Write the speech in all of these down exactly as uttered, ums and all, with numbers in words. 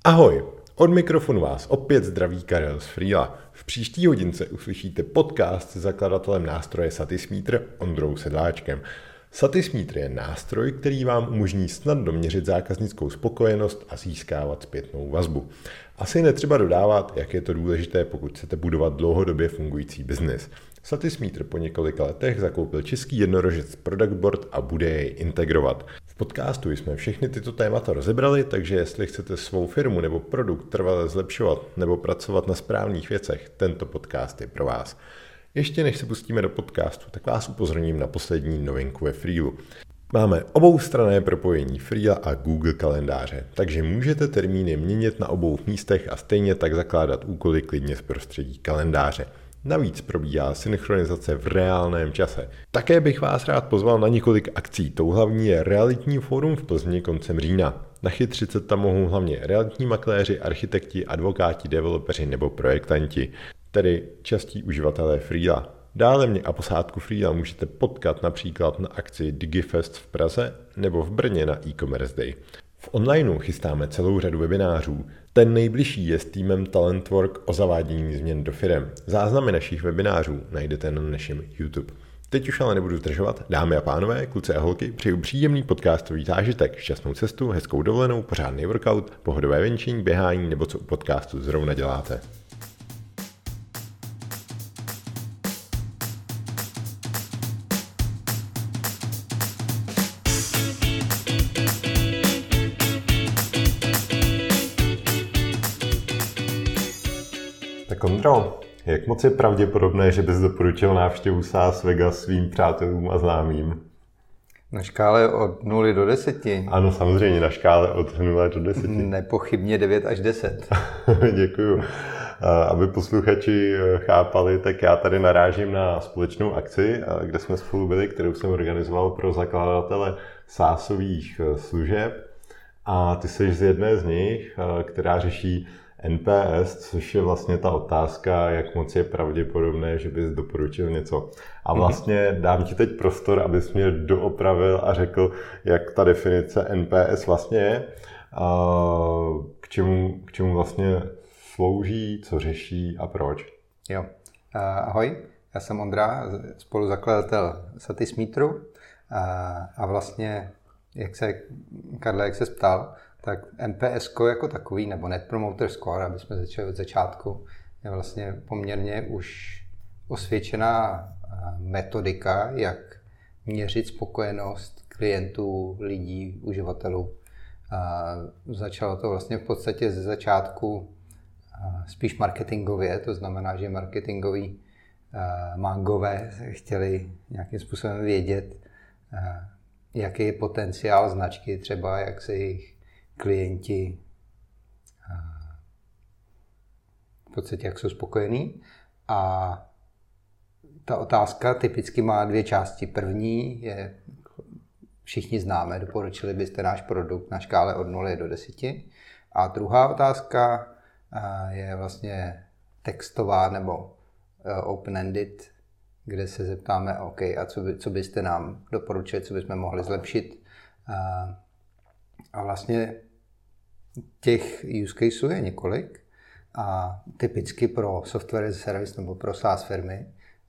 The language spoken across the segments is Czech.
Ahoj, od mikrofonu vás opět zdraví Karel z Freela. V příští hodince uslyšíte podcast s zakladatelem nástroje Satismeter Ondrou Sedláčkem. Satismeter je nástroj, který vám umožní snadno měřit zákaznickou spokojenost a získávat zpětnou vazbu. Asi netřeba dodávat, jak je to důležité, pokud chcete budovat dlouhodobě fungující biznis. Satismeter po několika letech zakoupil český jednorožec Product Board a bude jej integrovat. V podcastu jsme všechny tyto témata rozebrali, takže jestli chcete svou firmu nebo produkt trvale zlepšovat nebo pracovat na správných věcech, tento podcast je pro vás. Ještě než se pustíme do podcastu, tak vás upozorním na poslední novinku ve Freelu. Máme oboustranné propojení Freela a Google kalendáře, takže můžete termíny měnit na obou místech a stejně tak zakládat úkoly klidně z prostředí kalendáře. Navíc probíhá synchronizace v reálném čase. Také bych vás rád pozval na několik akcí. Tou hlavní je realitní fórum v Plzni koncem října. Nachytřit se tam mohou hlavně realitní makléři, architekti, advokáti, developeři nebo projektanti, tedy častí uživatelé Freela. Dále mě a posádku Freela můžete potkat například na akci DigiFest v Praze nebo v Brně na e-commerce day. V onlineu chystáme celou řadu webinářů. Ten nejbližší je s týmem Talentwork o zavádění změn do firem. Záznamy našich webinářů najdete na našem YouTube. Teď už ale nebudu zdržovat. Dámy a pánové, kluci a holky, přeju příjemný podcastový zážitek, šťastnou cestu, hezkou dovolenou, pořádný workout, pohodové venčení, běhání nebo co u podcastu zrovna děláte. Tak Ondro, jak moc je pravděpodobné, že bys doporučil návštěvu Las Vegas svým přátelům a známým? Na škále od nuly do deseti. Ano, samozřejmě, na škále od nuly do deseti. Nepochybně devět až deset. Děkuju. Aby posluchači chápali, tak já tady narážím na společnou akci, kde jsme spolu byli, kterou jsem organizoval pro zakladatele SaaSových služeb. A ty jsi z jedné z nich, která řeší N P S, což je vlastně ta otázka, jak moc je pravděpodobné, že bys doporučil něco. A vlastně dám ti teď prostor, abys mě doopravil a řekl, jak ta definice N P S vlastně je, a k čemu, k čemu vlastně slouží, co řeší a proč. Jo. Ahoj, já jsem Ondra, spoluzakladatel Satismeteru a vlastně, jak se, Karle, jak se ptal, tak N P S jako takový, nebo Net Promoter Score, aby jsme začali od začátku, je vlastně poměrně už osvědčená metodika, jak měřit spokojenost klientů, lidí, uživatelů. A začalo to vlastně v podstatě ze začátku spíš marketingově, to znamená, že marketingoví mangové chtěli nějakým způsobem vědět, jaký je potenciál značky, třeba jak se jejich klienti v podstatě jak jsou spokojení. A ta otázka typicky má dvě části. První je, všichni známe, doporučili byste náš produkt na škále od nuly do deseti. A druhá otázka je vlastně textová nebo open-ended, kde se zeptáme, OK, a co, by, co byste nám doporučili, co bychom mohli zlepšit. A vlastně těch use caseů je několik a typicky pro software as a service nebo pro SaaS firmy,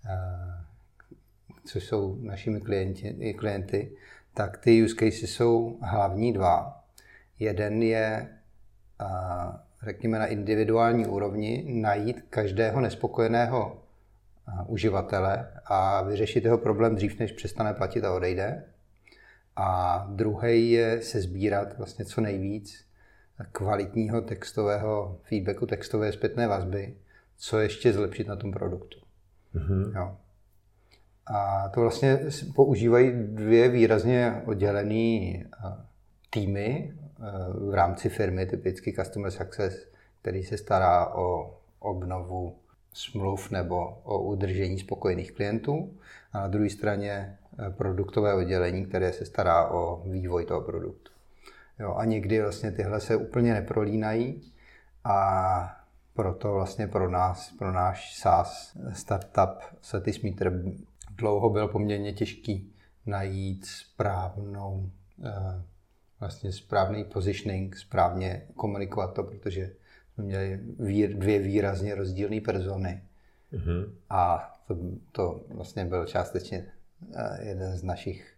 což jsou našimi klienti, klienty, tak ty use cases jsou hlavní dva. Jeden je, řekněme, na individuální úrovni najít každého nespokojeného uživatele a vyřešit jeho problém dřív, než přestane platit a odejde. A druhý je se sbírat vlastně co nejvíc kvalitního textového feedbacku, textové zpětné vazby, co ještě zlepšit na tom produktu. Mm-hmm. Jo. A to vlastně používají dvě výrazně oddělené týmy v rámci firmy, typicky Customer Success, který se stará o obnovu smluv nebo o udržení spokojených klientů. A na druhé straně produktové oddělení, které se stará o vývoj toho produktu. Jo, a někdy vlastně tyhle se úplně neprolínají a proto vlastně pro nás, pro náš SaaS startup Satismeter dlouho byl poměrně těžký najít správnou vlastně správný positioning, správně komunikovat to, protože jsme měli vír, dvě výrazně rozdílné persony. Mm-hmm. A to, to vlastně byl částečně jeden z našich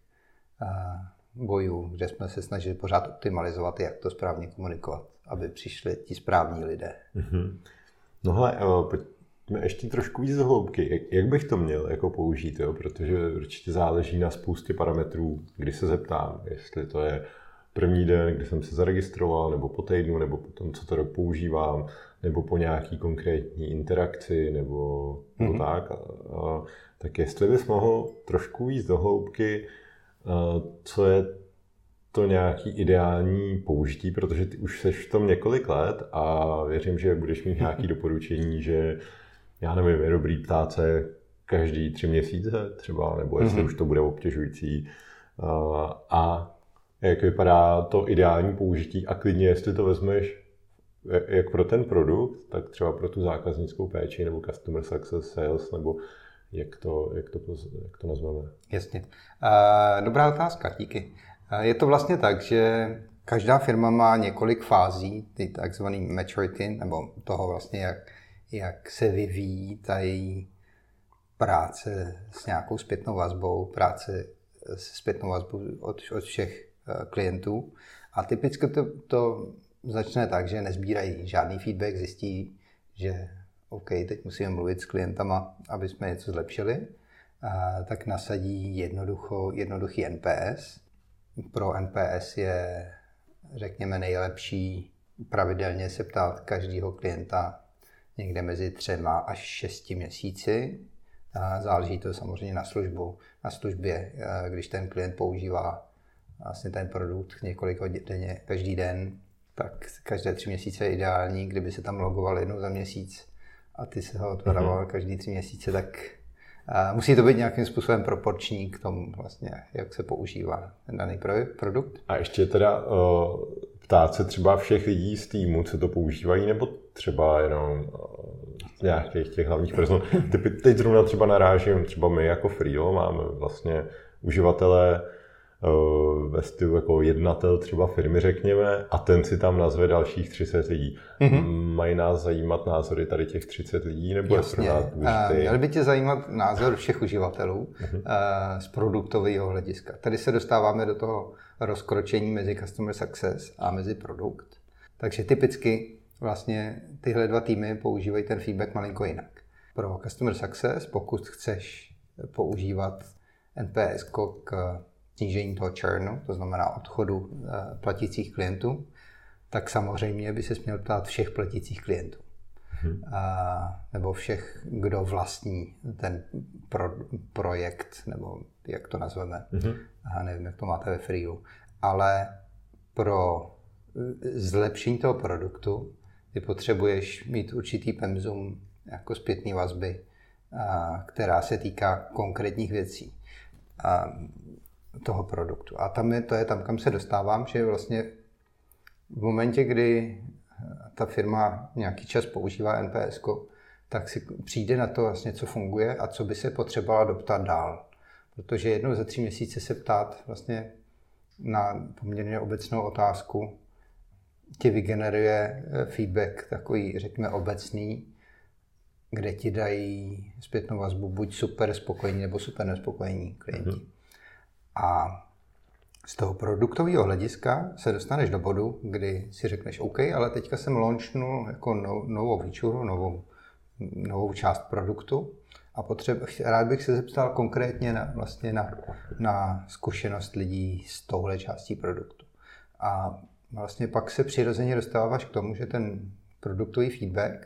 bojů, kde jsme se snažili pořád optimalizovat, jak to správně komunikovat, aby přišli ti správní lidé. Mm-hmm. No hele, pojďme ještě trošku víc do hloubky. Jak, jak bych to měl jako použít, jo? Protože určitě záleží na spoustě parametrů, kdy se zeptám, jestli to je první den, kdy jsem se zaregistroval, nebo po týdnu, nebo po tom, co to rok používám, nebo po nějaký konkrétní interakci, nebo, nebo mm-hmm. tak. A, a, tak jestli bys mohl trošku víc do hloubky, a, co je to nějaký ideální použití, protože ty už seš v tom několik let a věřím, že budeš mít nějaké doporučení, že já nevím, je dobrý ptát se každý tři měsíce třeba, nebo jestli mm-hmm. už to bude obtěžující. A, a jak vypadá to ideální použití a klidně, jestli to vezmeš jak pro ten produkt, tak třeba pro tu zákaznickou péči nebo customer success, sales, nebo jak to, jak to, jak to nazveme. Jasně. Uh, dobrá otázka, díky. Uh, je to vlastně tak, že každá firma má několik fází, ty takzvaný maturity, nebo toho vlastně, jak, jak se vyvíjí ta její práce s nějakou zpětnou vazbou, práce s zpětnou vazbou od, od všech uh, klientů. A typicky to, to začne tak, že nezbírají žádný feedback, zjistí, že OK, teď musíme mluvit s klientama, aby jsme něco zlepšili, a tak nasadí jednoducho, jednoduchý N P S. Pro N P S je, řekněme, nejlepší pravidelně se ptát každého klienta někde mezi třema až šesti měsíci. A záleží to samozřejmě na službu, na službě, když ten klient používá vlastně ten produkt několik hodin denně, každý den, tak každé tři měsíce je ideální, kdyby se tam logoval jednou za měsíc a ty se ho odvaroval mm-hmm. každý tři měsíce, tak uh, musí to být nějakým způsobem proporční k tomu vlastně, jak se používá ten daný produkt. A ještě teda uh, ptát se třeba všech lidí z týmu, co to používají, nebo třeba jenom uh, nějakých těch hlavních person. Teď zrovna třeba narážím, třeba my jako Freelo máme vlastně uživatele ve stylu jako jednatel třeba firmy, řekněme, a ten si tam nazve dalších třicet lidí. Mm-hmm. Mají nás zajímat názory tady těch třicet lidí, nebo Jasně. je pro nás důležitý? Měl by tě zajímat názor všech uživatelů mm-hmm. z produktového hlediska. Tady se dostáváme do toho rozkročení mezi customer success a mezi produkt. Takže typicky vlastně tyhle dva týmy používají ten feedback malinko jinak. Pro customer success, pokud chceš používat N P S k snížení toho churnu, to znamená odchodu platících klientů, tak samozřejmě by se měl ptát všech platících klientů. Hmm. A, nebo všech, kdo vlastní ten pro, projekt, nebo jak to nazveme. Hmm. A nevím, jak to máte ve Freelu. Ale pro zlepšení toho produktu ty potřebuješ mít určitý pemzum jako zpětné vazby, a, která se týká konkrétních věcí a, toho produktu. A tam je, to je tam, kam se dostávám, že vlastně v momentě, kdy ta firma nějaký čas používá N P S ko, tak si přijde na to vlastně, co funguje a co by se potřebovala doptat dál. Protože jednou za tři měsíce se ptát vlastně na poměrně obecnou otázku ti vygeneruje feedback takový, řekněme, obecný, kde ti dají zpětnou vazbu buď super spokojení nebo super nespokojení klienti. Mm-hmm. A z toho produktového hlediska se dostaneš do bodu, kdy si řekneš OK, ale teďka jsem launchnul jako no, novou feature, novou, novou část produktu a potřeb, rád bych se zeptal konkrétně na, vlastně na, na zkušenost lidí s touhle částí produktu. A vlastně pak se přirozeně dostáváš k tomu, že ten produktový feedback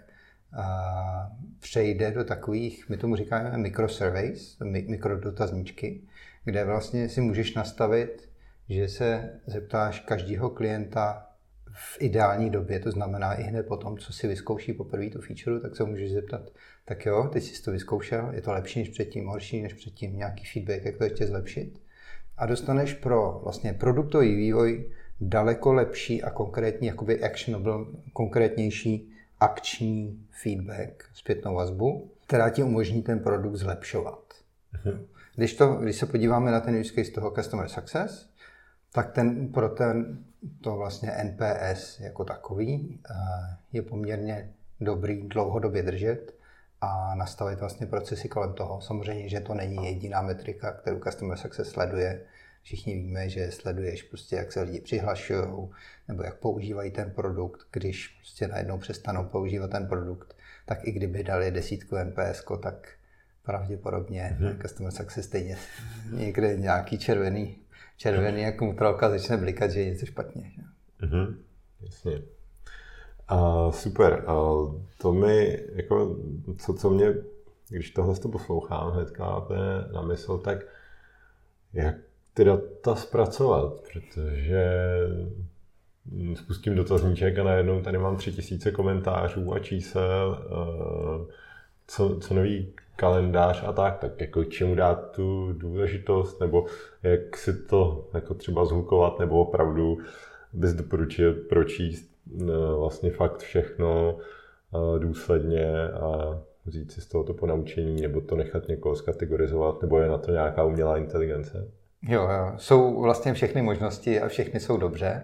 a, přejde do takových, my tomu říkáme microsurveys, mikrodotazníčky, kde vlastně si můžeš nastavit, že se zeptáš každého klienta v ideální době, to znamená i hned po tom, co si vyzkouší poprvé tu feature, tak se můžeš zeptat, tak jo, teď jsi to vyzkoušel, je to lepší než předtím, horší než předtím, nějaký feedback, jak to ještě zlepšit. A dostaneš pro vlastně produktový vývoj daleko lepší a konkrétní, jakoby actionable, konkrétnější akční feedback, zpětnou vazbu, která ti umožní ten produkt zlepšovat. Mhm. Když, to, když se podíváme na ten use case toho customer success, Tak ten, pro ten, to vlastně N P S jako takový je poměrně dobrý dlouhodobě držet a nastavit vlastně procesy kolem toho. Samozřejmě, že to není jediná metrika, kterou Customer Success sleduje. Všichni víme, že sleduješ prostě, jak se lidi přihlašují, nebo jak používají ten produkt. Když prostě najednou přestanou používat ten produkt, tak i kdyby dali desítku N P S, tak pravděpodobně mm-hmm. Customer Success stejně někde nějaký červený, červený jako mutralka začne blikat, že je něco špatně. Mm-hmm. Jasně. A super. A to mi, jako, co, co mě, když tohle to poslouchám, hnedka na mysl, tak jak ty data zpracovat, protože spustím dotazníček a najednou tady mám tři tisíce komentářů a čísel, co, co nový kalendář a tak, tak jako čemu dát tu důležitost, nebo jak si to jako třeba zhlukovat, nebo opravdu bys doporučil pročíst vlastně fakt všechno důsledně a říct si z tohoto ponaučení, nebo to nechat někoho zkategorizovat, nebo je na to nějaká umělá inteligence? Jo, jo, jsou vlastně všechny možnosti a všechny jsou dobře.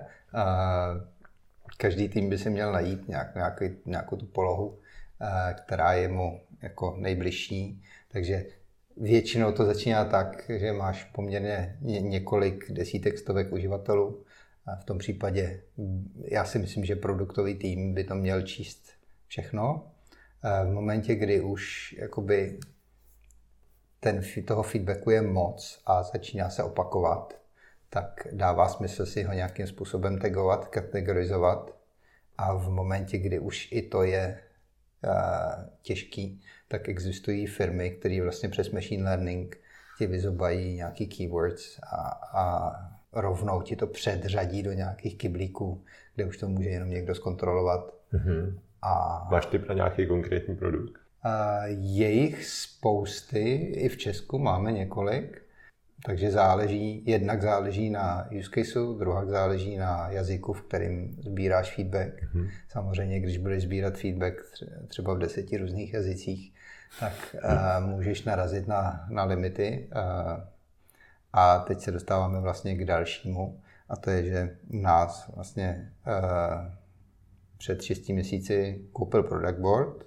Každý tým by si měl najít nějak, nějaký, nějakou tu polohu, která je mu jako nejbližší. Takže většinou to začíná tak, že máš poměrně několik desítek, stovek uživatelů. V tom případě já si myslím, že produktový tým by to měl číst všechno. V momentě, kdy už jakoby ten, toho feedbacku je moc a začíná se opakovat, tak dává smysl si ho nějakým způsobem tagovat, kategorizovat. A v momentě, kdy už i to je uh, těžký, tak existují firmy, které vlastně přes machine learning ti vyzobají nějaký keywords a, a rovnou ti to předřadí do nějakých kyblíků, kde už to může jenom někdo zkontrolovat. Mm-hmm. A máš tip na nějaký konkrétní produkt? Je jich spousty, i v Česku máme několik, takže záleží, jednak záleží na use caseu, druhá záleží na jazyku, v kterým sbíráš feedback. Mm-hmm. Samozřejmě, když budeš sbírat feedback třeba v deseti různých jazycích, tak uh, můžeš narazit na, na limity. Uh, a teď se dostáváme vlastně k dalšímu, a to je, že nás vlastně uh, před šesti měsíci koupil Product Board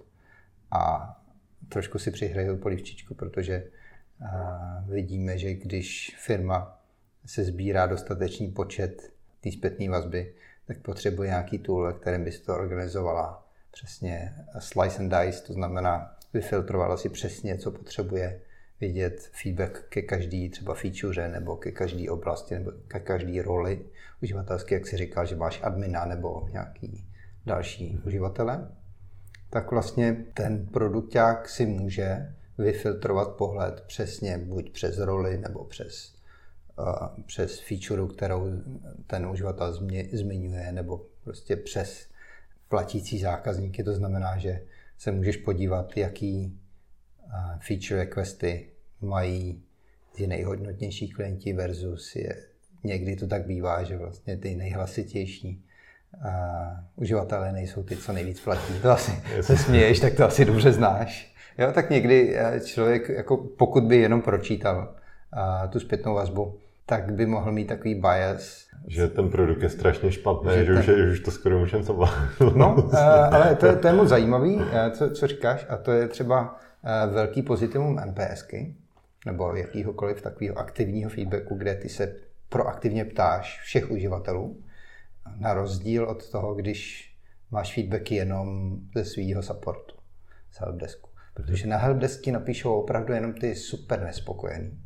a trošku si přihraju polivčičku, protože uh, vidíme, že když firma se sbírá dostatečný počet té zpětné vazby, tak potřebuje nějaký tool, ve kterém by si to organizovala přesně slice and dice, to znamená vyfiltrovala si přesně, co potřebuje vidět feedback ke každý třeba feature nebo ke každé oblasti nebo ke každé roli uživatelsky, jak si říkal, že máš admina nebo nějaký další uživatele, tak vlastně ten produkták si může vyfiltrovat pohled přesně buď přes roli nebo přes, uh, přes feature, kterou ten uživatel zmiňuje, nebo prostě přes platící zákazníky. To znamená, že se můžeš podívat, jaký uh, feature requesty mají ty nejhodnotnější klienti versus je. Někdy to tak bývá, že vlastně ty nejhlasitější uh, uživatelé nejsou ty, co nejvíc platí. To asi se směješ, tak to asi dobře znáš. Jo, tak někdy člověk, jako pokud by jenom pročítal uh, tu zpětnou vazbu, tak by mohl mít takový bias. Že ten produkt je strašně špatný, že, že, ten... už, je, že už to skoro můžeme zavládat. No, uh, ale to, to je moc zajímavý, uh, co, co říkáš, a to je třeba uh, velký pozitivum NPSky, nebo jakýhokoliv takového aktivního feedbacku, kde ty se proaktivně ptáš všech uživatelů, na rozdíl od toho, když máš feedbacky jenom ze svýho supportu, z helpdesku. Protože na helpdesky napíšou opravdu jenom ty super nespokojený.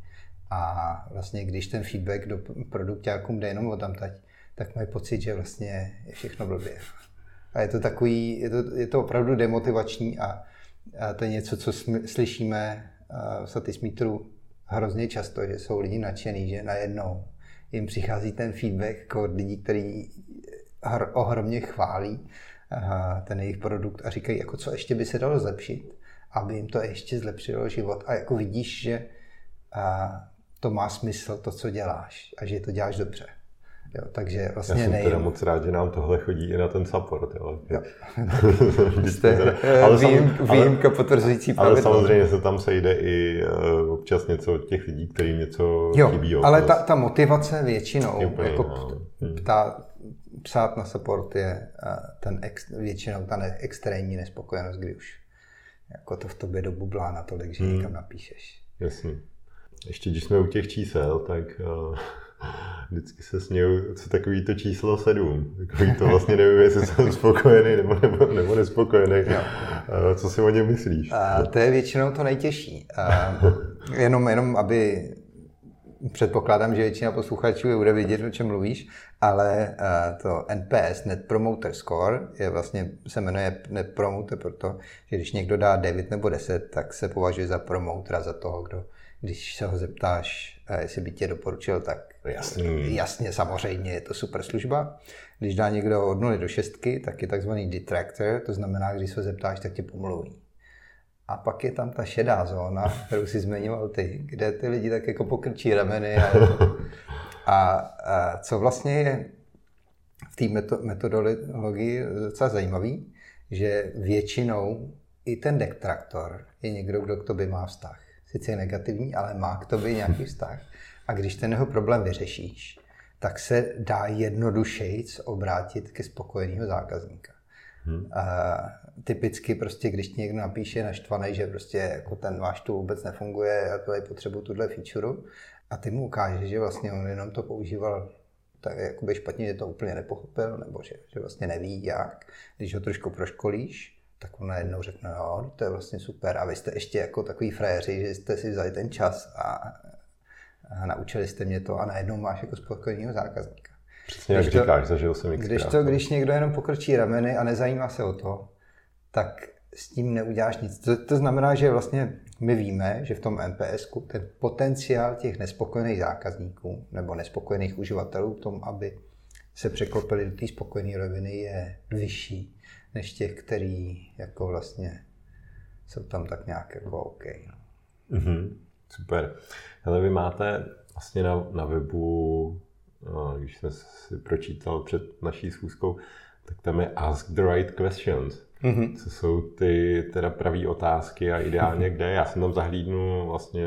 A vlastně když ten feedback do produktákům jde jenom odtamtať, tak mají pocit, že vlastně je všechno blbě. A je to takový, je to, je to opravdu demotivační a, a to je něco, co sm, slyšíme v Satismetru hrozně často, že jsou lidi nadšený, že najednou jim přichází ten feedback od lidí, kteří ohromně chválí ten jejich produkt a říkají, jako co ještě by se dalo zlepšit, aby jim to ještě zlepšilo život. A jako vidíš, že to má smysl, to, co děláš, a že to děláš dobře. Jo, takže vlastně já jsem nejen... teda moc rád, že nám tohle chodí i na ten support. Jo. Jo. Jste teda, výjim, výjimka potvrzující pravidlo. Ale samozřejmě se tam sejde i uh, občas něco od těch lidí, kterým něco jo, chybí. Jo, ale ta, ta motivace většinou, úplně, jako no. ptá, psát na support je uh, ten ex, většinou ta ne, extrémní nespokojenost, kdy už jako to v tobě dobublá natolik, že hmm. nikam napíšeš. Jasně. Ještě když jsme u těch čísel, tak uh, vždycky se směju, co takový to číslo sedm. Takový to vlastně nevím, jestli jsem spokojený nebo, nebo, nebo nespokojený. Uh, co si o něm myslíš? Uh, to je většinou to nejtěžší. Uh, jenom, jenom, aby předpokládám, že většina posluchačů bude vidět, o čem mluvíš, ale uh, to N P S, Net Promoter Score, je vlastně, se jmenuje Net Promoter, proto, že když někdo dá devět nebo deset, tak se považuje za promotera, za toho, kdo, když se ho zeptáš, uh, jestli by tě doporučil, tak Jasný. jasně, samozřejmě je to super služba. Když dá někdo od nuly do šestky, tak je takzvaný detractor, to znamená, když se ho zeptáš, tak tě pomluví. A pak je tam ta šedá zóna, kterou si zmiňoval ty, kde ty lidi tak jako pokrčí rameny. A, a, a co vlastně je v té metodologii docela zajímavý, že většinou i ten detraktor je někdo, kdo k tobě má vztah. Sice je negativní, ale má k tobě nějaký vztah. A když ten jeho problém vyřešíš, tak se dá jednodušejc obrátit ke spokojeného zákazníka. Hmm. Uh, typicky prostě, když ti někdo napíše naštvaný, že prostě jako ten váš tool vůbec nefunguje, já tady potřebuji tuhle feature, a ty mu ukážeš, že vlastně on jenom to používal tak jakoby špatně, že to úplně nepochopil, nebo že, že vlastně neví jak. Když ho trošku proškolíš, tak on najednou řekne, no, to je vlastně super. A vy jste ještě jako takový frajeři, že jste si vzali ten čas a, a naučili jste mě to a najednou máš jako spokojeného zákazníka. Přesně jak to, říkáš, zažil jsem x Když to, když někdo jenom pokrčí rameny a nezajímá se o to, tak s tím neuděláš nic. To, to znamená, že vlastně my víme, že v tom N P S ku ten potenciál těch nespokojených zákazníků nebo nespokojených uživatelů k tomu, aby se překlopili do té spokojené roviny, je vyšší než těch, který jako vlastně jsou tam tak nějak jako OK. Mm-hmm, super. Ale vy máte vlastně na, na webu, no, když jsem si pročítal před naší schůzkou, tak tam je Ask the Right Questions. Mm-hmm. Co jsou ty teda pravý otázky a ideálně kde. Já jsem tam zahlídnul vlastně,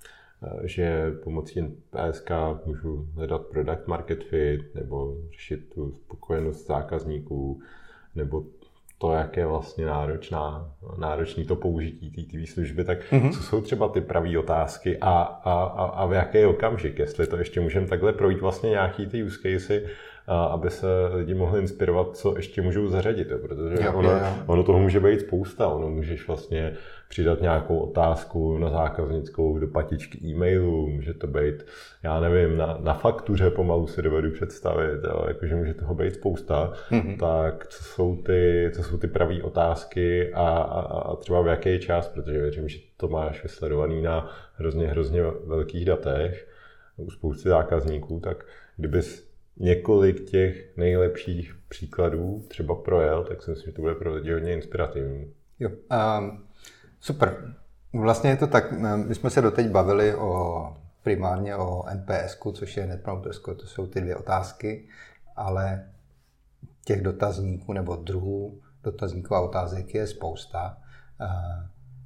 že pomocí N P S ka můžu hledat product market fit nebo řešit tu spokojenost zákazníků nebo to, jak je vlastně náročná, náročný to použití té T V služby, tak mm-hmm. co jsou třeba ty pravý otázky a, a, a, a v jaký okamžik, jestli to ještě můžeme takhle projít vlastně nějaký ty use casey, a aby se lidi mohli inspirovat, co ještě můžou zařadit, jo, protože jo, ono, jo. ono toho může být spousta, ono můžeš vlastně přidat nějakou otázku na zákaznickou do patičky e-mailu, může to být, já nevím, na, na faktuře pomalu si dovedu představit, jo, jakože může toho být spousta, mm-hmm. tak co jsou ty, co jsou ty pravý otázky a, a, a třeba v jaký čas, protože věřím, že to máš vysledovaný na hrozně, hrozně velkých datech u spousty zákazníků, tak kdybys několik těch nejlepších příkladů třeba projel, tak si myslím, že to bude pro lidi hodně inspirativní. Jo, um, super. Vlastně je to tak, my jsme se doteď bavili o, primárně o N P S ku, což je Net Promoter Score, to jsou ty dvě otázky, ale těch dotazníků nebo druhů dotazníků a otázek je spousta. Uh,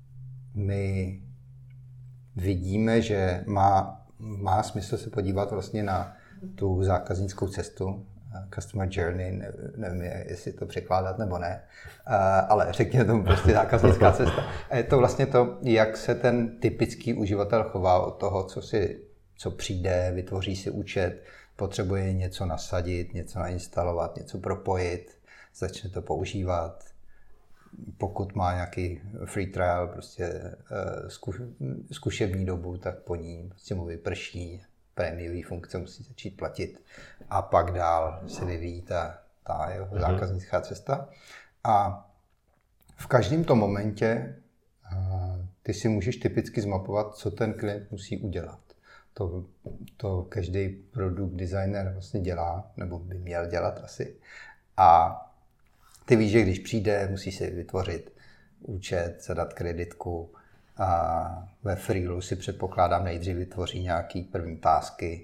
my vidíme, že má, má smysl se podívat vlastně na tu zákaznickou cestu, customer journey, nevím, jestli to překládat nebo ne, ale řekněme tomu prostě zákaznická cesta. A je to vlastně to, jak se ten typický uživatel chová od toho, co, si, co přijde, vytvoří si účet, potřebuje něco nasadit, něco nainstalovat, něco propojit, začne to používat. Pokud má nějaký free trial, prostě zkušební dobu, tak po ní prostě mu vyprší. Prémiový funkce musí začít platit a pak dál se vyvíjí ta, ta jeho mm-hmm. zákaznická cesta. A v každém tom momentě ty si můžeš typicky zmapovat, co ten klient musí udělat. To, to každý produkt designer vlastně dělá, nebo by měl dělat asi. A ty víš, že když přijde, musí si vytvořit účet, zadat kreditku, a ve Freelu si předpokládám nejdřív vytvoří nějaký první tásky,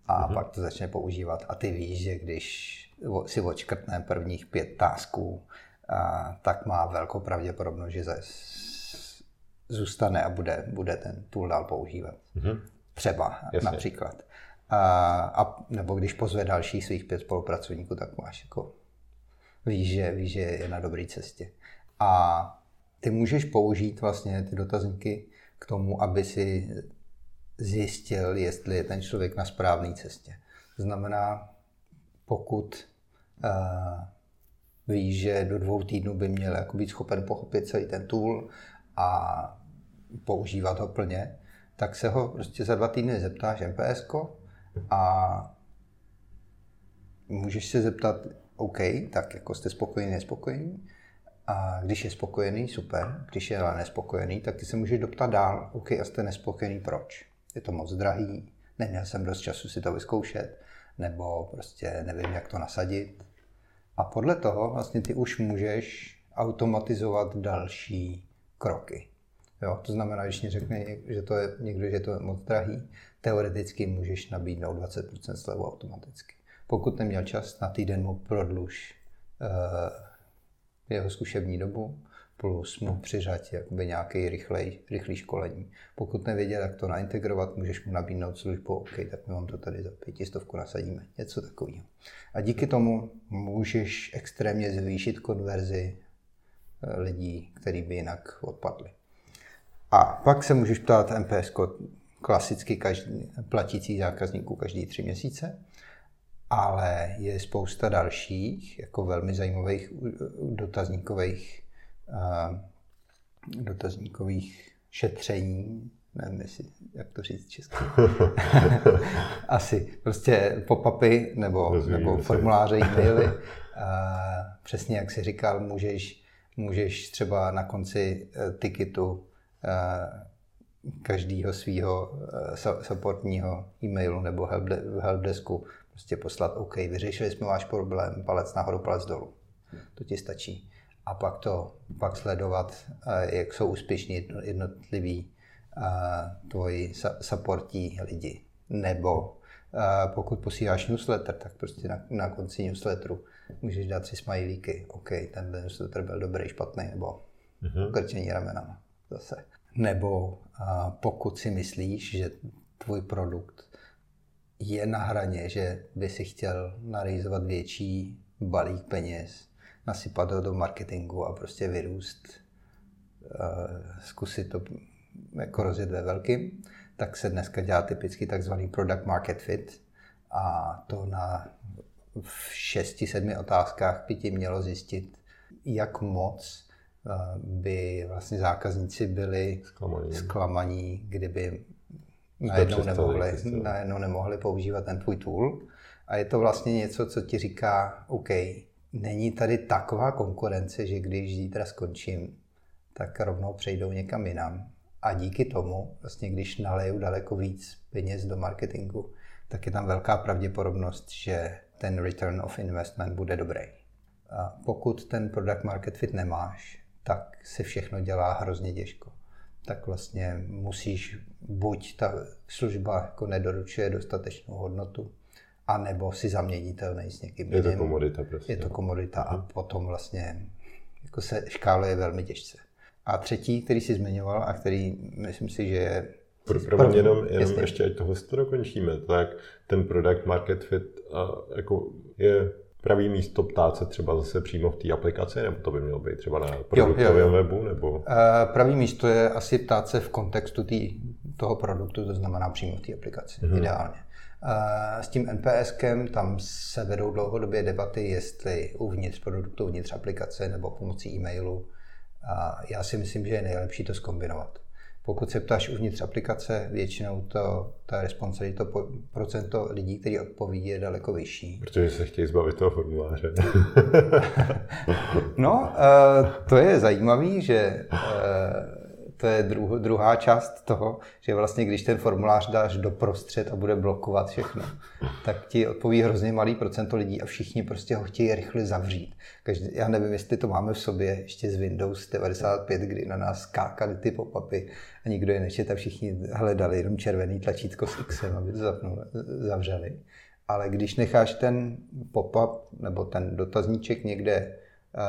a mm-hmm. pak to začne používat. A ty víš, že když si odškrtne prvních pět tasků, a, tak má velkou pravděpodobnost, že zůstane a bude, bude ten tool dál používat. Mm-hmm. Třeba Jasně. například. A, a, nebo když pozve dalších svých pět spolupracovníků, tak máš jako, víš, že, víš, že je na dobré cestě. A ty můžeš použít vlastně ty dotazníky k tomu, aby si zjistil, jestli je ten člověk na správné cestě. To znamená, pokud uh, víš, že do dvou týdnů by měl jako být schopen pochopit celý ten tool a používat ho plně, tak se ho prostě za dva týdny zeptáš em pé esko a můžeš se zeptat, OK, tak jako jste spokojený, nespokojený. A když je spokojený, super. Když je ale nespokojený, tak ty se můžeš doptat dál. OK, a jste nespokojený, proč? Je to moc drahý, neměl jsem dost času si to vyzkoušet, nebo prostě nevím, jak to nasadit. A podle toho vlastně ty už můžeš automatizovat další kroky. Jo, to znamená, když mi řekne, že to je někdo, že je to moc drahý, teoreticky můžeš nabídnout dvacet procent slevu automaticky. Pokud neměl čas, na týden mu prodluž uh, jeho zkušební dobu, plus mu přiřať jakoby nějaký rychlej, rychlý školení. Pokud nevěděl, jak to naintegrovat, můžeš mu nabídnout službu, OK, tak my vám to tady za pětistovku nasadíme, něco takového. A díky tomu můžeš extrémně zvýšit konverzi lidí, kteří by jinak odpadli. A pak se můžeš ptát em pé esko klasicky každý, platící zákazníků každý tři měsíce, ale je spousta dalších, jako velmi zajímavých dotazníkových, uh, dotazníkových šetření, nevím, jestli, jak to říct česky. Asi prostě pop-upy nebo, nebo formuláře, e-maily. Uh, přesně jak jsi říkal, můžeš, můžeš třeba na konci uh, tiketu uh, každého svého uh, supportního e-mailu nebo helpde- helpdesku prostě poslat, OK, vyřešili jsme váš problém, palec nahoru, palec dolů. To ti stačí. A pak to, pak sledovat, jak jsou úspěšní jednotliví tvoji supportí lidi. Nebo pokud posíláš newsletter, tak prostě na, na konci newsletteru můžeš dát si smajlíky. OK, ten newsletter byl dobrý, špatný, nebo mm-hmm. krčení ramenama zase. Nebo pokud si myslíš, že tvůj produkt je na hraně, že by si chtěl narýzovat větší balík peněz, nasypat ho do marketingu a prostě vyrůst, zkusit to jako rozjet ve velkým, tak se dneska dělá typicky takzvaný product market fit a to na v šesti, sedmi otázkách by ti mělo zjistit, jak moc by vlastně zákazníci byli zklamaní, zklamaní kdyby najednou nemohli, najednou nemohli používat ten tvůj tool. A je to vlastně něco, co ti říká, OK, není tady taková konkurence, že když zítra skončím, tak rovnou přejdou někam jinam. A díky tomu, vlastně když naleju daleko víc peněz do marketingu, tak je tam velká pravděpodobnost, že ten return of investment bude dobrý. A pokud ten product market fit nemáš, tak se všechno dělá hrozně těžko. Tak vlastně musíš, buď ta služba jako nedoručuje dostatečnou hodnotu, anebo si zaměnitelný s někým jiným. Je to komodita prostě. Je to komodita a potom vlastně jako se škáluje velmi těžce. A třetí, který jsi zmiňoval a který myslím si, že je... Pro mě jenom, jenom ještě, ať tohle to dokončíme, tak ten product market fit a jako je pravý místo ptát se třeba zase přímo v té aplikaci, nebo to by mělo být třeba na produktovém webu? Nebo... Uh, pravý místo je asi ptát se v kontextu tý, toho produktu, to znamená přímo v té aplikaci, mm-hmm. ideálně. Uh, s tím en pé eskem tam se vedou dlouhodobě debaty, jestli uvnitř produktu, uvnitř aplikace nebo pomocí e-mailu. Uh, já si myslím, že je nejlepší to zkombinovat. Pokud se ptáš uvnitř aplikace, většinou to, ta response, to procento lidí, kteří odpoví, je daleko vyšší. Protože se chtějí zbavit toho formuláře. No, to je zajímavé, že to je druh, druhá část toho, že vlastně když ten formulář dáš doprostřed a bude blokovat všechno, tak ti odpoví hrozně malý procento lidí a všichni prostě ho chtějí rychle zavřít. Každý, já nevím, jestli to máme v sobě ještě z Windows devadesát pět, kdy na nás skákaly ty pop-upy a nikdo je nečet a všichni hledali jenom červený tlačítko s Xem, aby to zapnuli, zavřeli. Ale když necháš ten pop-up nebo ten dotazníček někde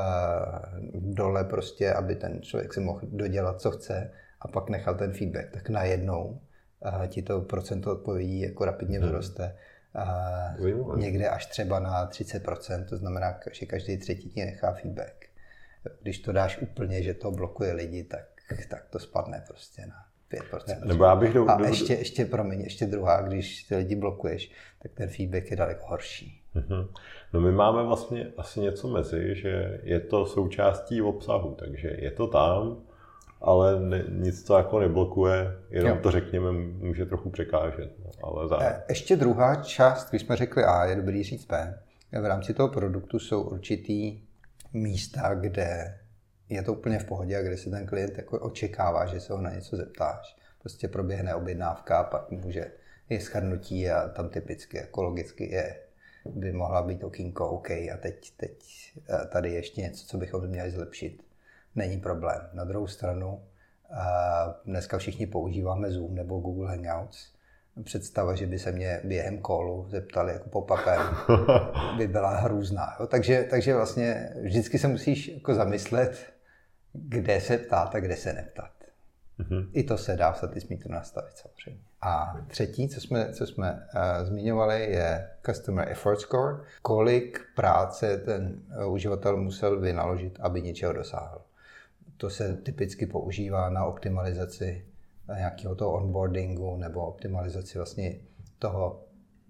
uh, dole prostě, aby ten člověk si mohl dodělat, co chce a pak nechal ten feedback, tak najednou uh, ti to procento odpovědí jako rapidně vzroste. Uh, někde až třeba na třicet procent, to znamená, že každý třetí ti nechá feedback. Když to dáš úplně, že to blokuje lidi, tak, tak to spadne prostě na pět procent. Nebo já bych do, a do, ještě, ještě, promiň, ještě druhá, když ty lidi blokuješ, tak ten feedback je daleko horší. Uh-huh. No my máme vlastně asi něco mezi, že je to součástí obsahu, takže je to tam, ale ne, nic to jako neblokuje, jenom jo. to řekněme může trochu překážet. No, ale zároveň. Ještě druhá část, když jsme řekli A, je dobrý říct B. V rámci toho produktu jsou určitý místa, kde je to úplně v pohodě a kde se ten klient jako očekává, že se ho na něco zeptáš. Prostě proběhne objednávka, pak může je shrnutí a tam typicky ekologicky je, by mohla být okýnko OK a teď, teď tady ještě něco, co bychom měli zlepšit. Není problém. Na druhou stranu, dneska všichni používáme Zoom nebo Google Hangouts. Představa, že by se mě během callu zeptali jako pop-upem, by byla hrůzná. Jo? Takže, takže vlastně vždycky se musíš jako zamyslet, kde se ptát a kde se neptat. Mm-hmm. I to se dá v Satismeteru nastavit samozřejmě. A třetí, co jsme, co jsme uh, zmiňovali, je Customer Effort Score. Kolik práce ten uh, uživatel musel vynaložit, aby něčeho dosáhl. To se typicky používá na optimalizaci nějakého toho onboardingu nebo optimalizaci vlastně toho,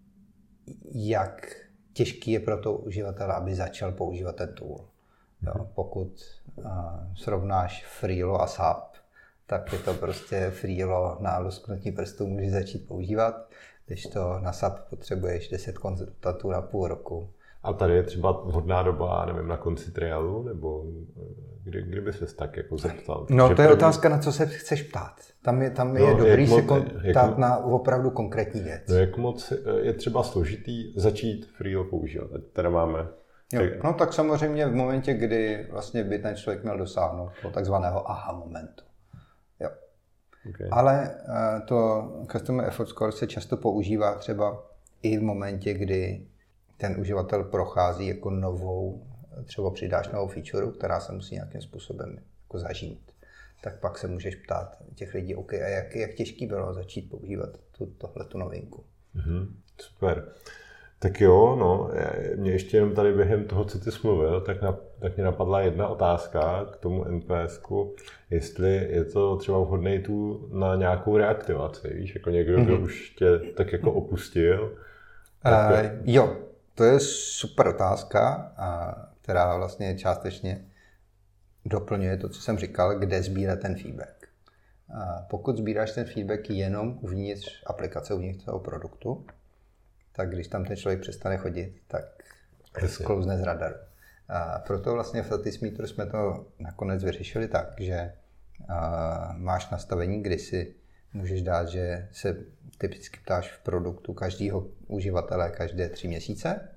jak těžký je pro toho uživatele, aby začal používat ten tool. Jo, pokud uh, srovnáš Freelo a S A P, tak je to prostě Freelo na lusknutí prstů můžeš začít používat, když to na S A P potřebuješ deset konzultantů na půl roku. A tady je třeba vhodná doba, nevím, na konci triálu, nebo kdy, kdyby ses tak jako zeptal? No to je první... otázka, na co se chceš ptát. Tam je, tam no, je dobrý se ptát jak... na opravdu konkrétní věc. No jak moc je třeba složitý začít Freelo používat? Teď teda máme... Jo, no tak samozřejmě v momentě, kdy vlastně by ten člověk měl dosáhnout toho takzvaného aha momentu. Jo. Okay. Ale to Customer Effort Score se často používá třeba i v momentě, kdy ten uživatel prochází jako novou, třeba přidáš novou feature, která se musí nějakým způsobem jako zažít. Tak pak se můžeš ptát těch lidí, OK, a jak, jak těžký bylo začít používat tu, tohletu novinku. Mm-hmm, super. Tak jo, no, mě ještě jenom tady během toho, co ty jsi mluvil, tak, na, tak mě napadla jedna otázka k tomu N P S ku, jestli je to třeba vhodný tu na nějakou reaktivaci, víš, jako někdo, mm-hmm. kdo už tě tak jako opustil. Tak... Uh, jo, to je super otázka, která vlastně částečně doplňuje to, co jsem říkal, kde sbírat ten feedback. Pokud sbíráš ten feedback jenom uvnitř aplikace, uvnitř toho produktu, tak když tam ten člověk přestane chodit, tak sklouzne z radaru. A proto vlastně v Satismeteru jsme to nakonec vyřešili tak, že máš nastavení, kdy si můžeš dát, že se typicky ptáš v produktu každého uživatele každé tři měsíce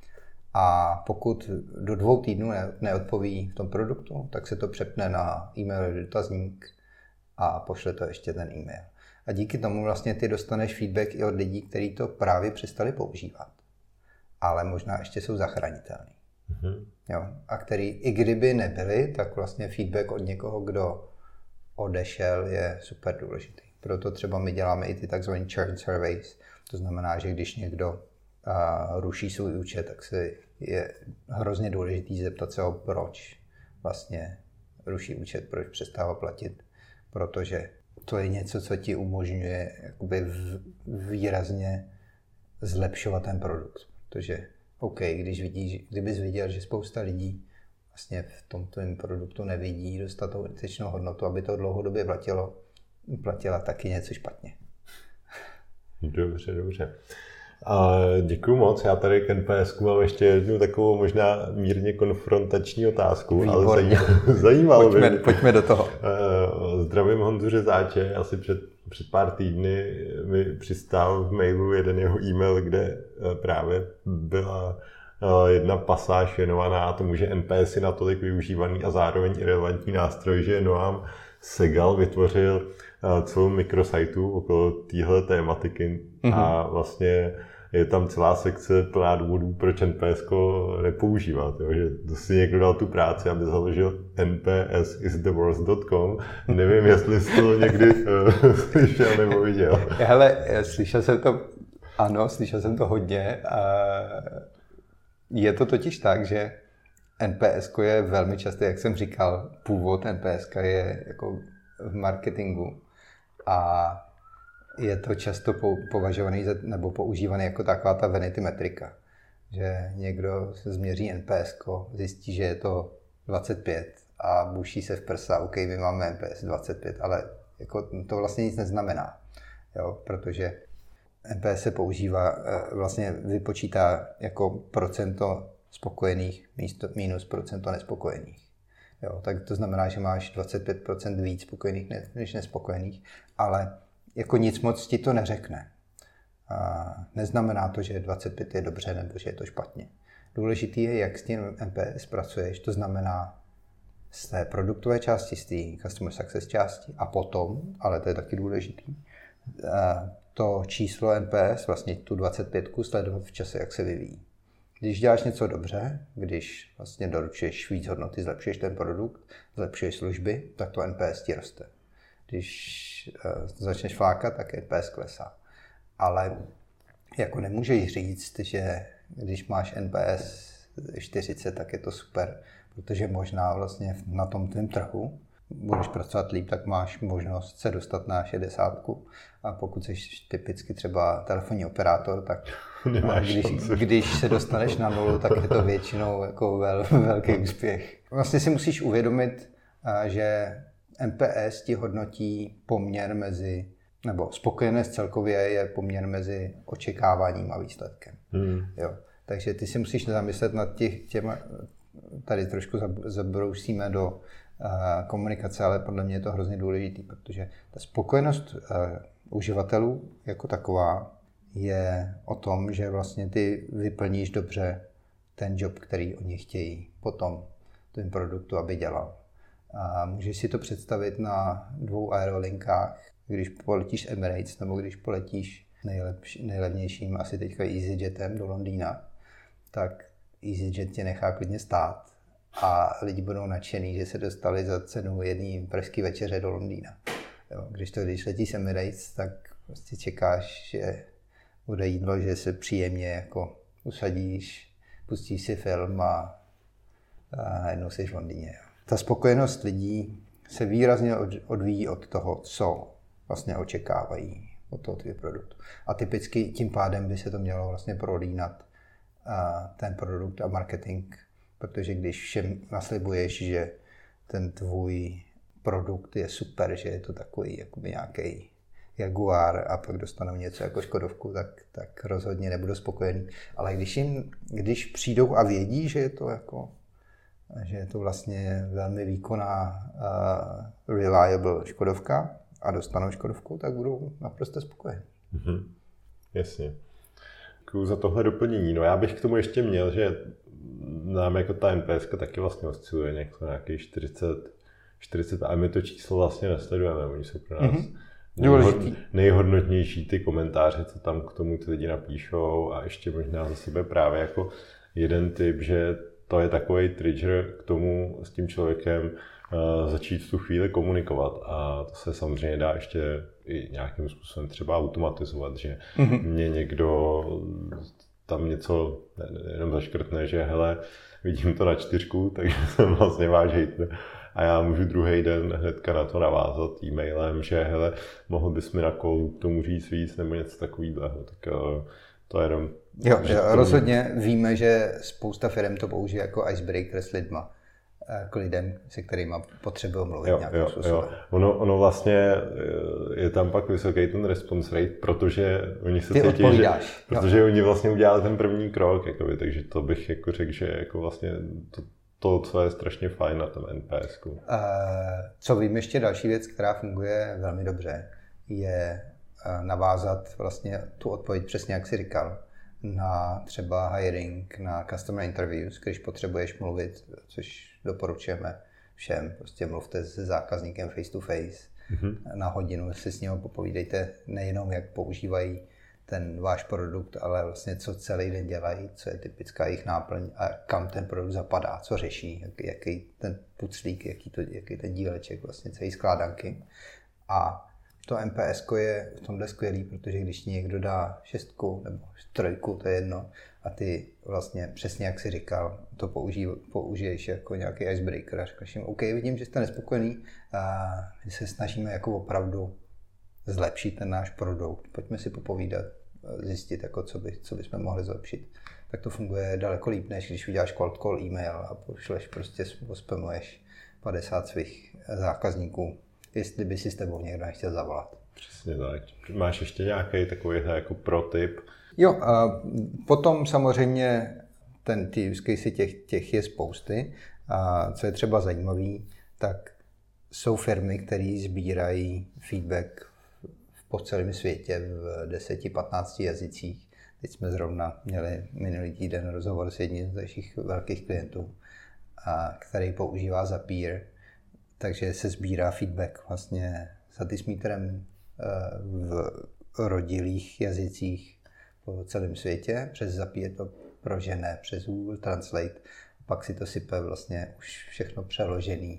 a pokud do dvou týdnů neodpoví v tom produktu, tak se to přepne na e-mailový dotazník a pošle to ještě ten e-mail. A díky tomu vlastně ty dostaneš feedback i od lidí, kteří to právě přestali používat, ale možná ještě jsou zachranitelní. Mm-hmm. Jo? A který i kdyby nebyli, tak vlastně feedback od někoho, kdo odešel, je super důležitý. Proto třeba my děláme i ty takzvané churn surveys. To znamená, že když někdo uh, ruší svůj účet, tak se je hrozně důležitý zeptat se ho, proč vlastně ruší účet, proč přestává platit. Protože to je něco, co ti umožňuje jakoby v, výrazně zlepšovat ten produkt. Protože OK, když vidíš, kdybys viděl, že spousta lidí vlastně v tom tvém produktu nevidí dostatečnou hodnotu, aby to dlouhodobě platilo, platila taky něco špatně. Dobře, dobře. A děkuju moc. Já tady k N P S ku mám ještě jednu takovou možná mírně konfrontační otázku. Výborně. Ale zajímalo pojďme, by. Pojďme do toho. Zdravím Honzu Řezáče, asi před, před pár týdny mi přistál v mailu jeden jeho e-mail, kde právě byla jedna pasáž věnovaná tomu, že N P S je natolik využívaný a zároveň irelevantní nástroj, že Noam Segal vytvořil celou mikrosajtu okolo téhle tématiky mm-hmm. a vlastně je tam celá sekce plná důvodů, proč N P S ko nepoužívat. Jo? Že to si někdo dal tu práci, aby založil N P S is the worst dot com. Nevím, jestli jsi to někdy uh, slyšel nebo viděl. Hele, slyšel jsem to, ano, slyšel jsem to hodně. Je to totiž tak, že N P S ko je velmi častý, jak jsem říkal, původ N P S ka je jako v marketingu a je to často považovaný za, nebo používaný jako taková ta vanity metrika, že někdo se změří N P S ko, zjistí, že je to dvacet pět a buší se v prsa, OK, my máme N P S dvacet pět, ale jako to vlastně nic neznamená, jo, protože N P S se používá, vlastně vypočítá jako procento spokojených minus procento nespokojených. Jo, tak to znamená, že máš dvacet pět procent víc spokojených než nespokojených, ale jako nic moc ti to neřekne. A neznamená to, že dvacet pět je dobře nebo že je to špatně. Důležitý je, jak s tím N P S pracuješ, to znamená z té produktové části, z té Customer Success části a potom, ale to je taky důležitý, to číslo N P S, vlastně tu dvacet pět sledovat v čase, jak se vyvíjí. Když děláš něco dobře, když vlastně doručuješ víc hodnoty, zlepšuješ ten produkt, zlepšuješ služby, tak to N P S ti roste. Když uh, začneš flákat, tak N P S klesá. Ale jako nemůžeš říct, že když máš N P S čtyřicet, tak je to super, protože možná vlastně na tom tvém trhu budeš pracovat líp, tak máš možnost se dostat na šedesátku. A pokud jsi typicky třeba telefonní operátor, tak když, když se dostaneš na nulu, tak je to většinou jako vel, velký úspěch. Vlastně si musíš uvědomit, že N P S ti hodnotí poměr mezi, nebo spokojenost celkově je poměr mezi očekáváním a výsledkem. Hmm. Jo. Takže ty si musíš zamyslet nad těch, těma, tady trošku zabrousíme do uh, komunikace, ale podle mě je to hrozně důležitý, protože ta spokojenost uh, uživatelů jako taková je o tom, že vlastně ty vyplníš dobře ten job, který oni chtějí potom ten produktu, aby dělal. A můžeš si to představit na dvou aerolinkách, když poletíš Emirates nebo když poletíš nejlepší, nejlevnějším, asi teďka EasyJetem do Londýna, tak EasyJet tě nechá klidně stát a lidi budou nadšený, že se dostali za cenu jedné pražské večeře do Londýna. Jo, když to, když letíš Emirates, tak prostě čekáš, že bude jídlo, že se příjemně jako usadíš, pustíš si film a, a najednou jsi v Londýně. Jo. Ta spokojenost lidí se výrazně odvíjí od toho, co vlastně očekávají od toho tvého produktu. A typicky tím pádem by se to mělo vlastně prolínat ten produkt a marketing, protože když všem naslibuješ, že ten tvůj produkt je super, že je to takový jakoby nějaký Jaguar a pak dostanou něco jako Škodovku, tak, tak rozhodně nebudu spokojený. Ale když jim, když přijdou a vědí, že je to jako že je to vlastně velmi výkonná uh, reliable Škodovka a dostanou Škodovku, tak budou naprosto spokojení. Mm-hmm. Jasně. Děkuju za tohle doplnění. No já bych k tomu ještě měl, že nám jako ta N P S ka taky vlastně osciluje nějaký čtyřicet, čtyřicet a my to číslo vlastně nesledujeme. Oni jsou pro nás mm-hmm. nejhod, nejhodnotnější ty komentáře, co tam k tomu ty lidi napíšou a ještě možná za sebe právě jako jeden tip, že to je takový trigger k tomu s tím člověkem uh, začít v tu chvíli komunikovat a to se samozřejmě dá ještě i nějakým způsobem třeba automatizovat, že mm-hmm. mě někdo tam něco jenom zaškrtne, že hele, vidím to na čtyřku, takže jsem vlastně váš hejtr a já můžu druhý den hnedka na to navázat e-mailem, že hele, mohl bys mi na kolu k tomu říct víc nebo něco takového, tak uh, to je jenom... Jo, jo rozhodně víme, že spousta firm to použije jako icebreaker s lidma, k lidem, se kterými potřebují mluvit jo, nějakým způsobem. Ono, ono vlastně je tam pak vysoký ten response rate, protože oni se Ty cítí, odpovídáš. že, protože oni vlastně udělali ten první krok, jakoby, takže to bych jako řekl, že jako vlastně to, to, co je strašně fajn na tom N P S ku. Uh, co vím, ještě další věc, která funguje velmi dobře, je navázat vlastně tu odpověď přesně, jak jsi říkal, na třeba hiring, na customer interviews, když potřebuješ mluvit, což doporučujeme všem, prostě mluvte se zákazníkem face to face, mm-hmm. na hodinu si s ním popovídejte nejenom, jak používají ten váš produkt, ale vlastně co celý den dělají, co je typická jejich náplň a kam ten produkt zapadá, co řeší, jak, jaký ten puclík, jaký, to, jaký ten díleček, vlastně celý skládanky. A to N P S ko je v tomhle skvělý, protože když ti někdo dá šestku nebo trojku, to je jedno, a ty vlastně přesně jak jsi říkal, to použij, použiješ jako nějaký icebreaker a řekneš jim, OK, vidím, že jste nespokojený, a my se snažíme jako opravdu zlepšit ten náš produkt, pojďme si popovídat, zjistit, jako co, by, co bychom mohli zlepšit. Tak to funguje daleko líp, než když uděláš cold call e-mail a pošleš prostě, spamuješ padesát svých zákazníků, jestli by si s tebou někdo nechtěl zavolat. Přesně tak. Máš ještě nějaký takový jako pro tip? Jo, a potom samozřejmě ten ty use case těch, těch je spousty. A co je třeba zajímavý, tak jsou firmy, které sbírají feedback po celém světě v deseti patnácti jazycích. Teď jsme zrovna měli minulý týden rozhovor s jedním z našich velkých klientů, a který používá Zapier. Takže se sbírá feedback vlastně Satismeterem v rodilých jazycích po celém světě. Přes Zapier to prožené, přes Google Translate. Pak si to sype vlastně už všechno přeložený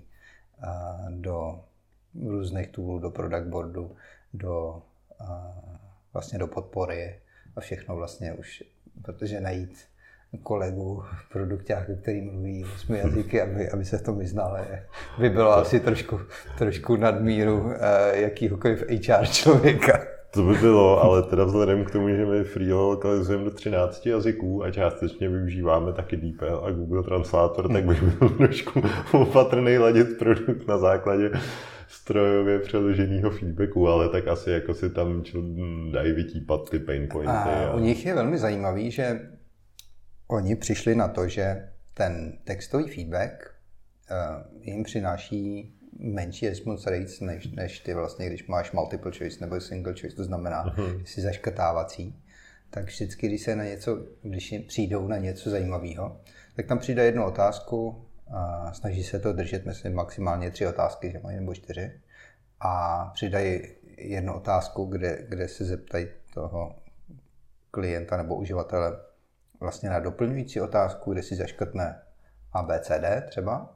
do různých toolů, do product boardu, do, vlastně do podpory a všechno vlastně už, protože najít kolegu, produkťáka, který mluví osmi jazyky, aby, aby se v tom vyznal, by bylo to asi trošku, trošku nadmíru uh, jakýhokoliv H R člověka. To by bylo, ale teda vzhledem k tomu, že my Freelo lokalizujeme do třinácti jazyků a částečně využíváme taky DeepL a Google Translator, hmm. tak bych byl trošku opatrný ladit produkt na základě strojově přeloženého feedbacku, ale tak asi jako si tam dají vytípat ty pain pointy. A a... U nich je velmi zajímavý, že oni přišli na to, že ten textový feedback uh, jim přináší menší response rates, než, než ty vlastně, když máš multiple choice nebo single choice, to znamená, uh-huh. že jsi zaškrtávací. Tak vždycky, když se na něco, když přijdou na něco zajímavého, tak tam přijde jednu otázku a snaží se to držet, myslím, maximálně tři otázky, že mají nebo čtyři. A přidají jednu otázku, kde, kde se zeptají toho klienta nebo uživatele vlastně na doplňující otázku, kde si zaškrtne A, B, C, D třeba.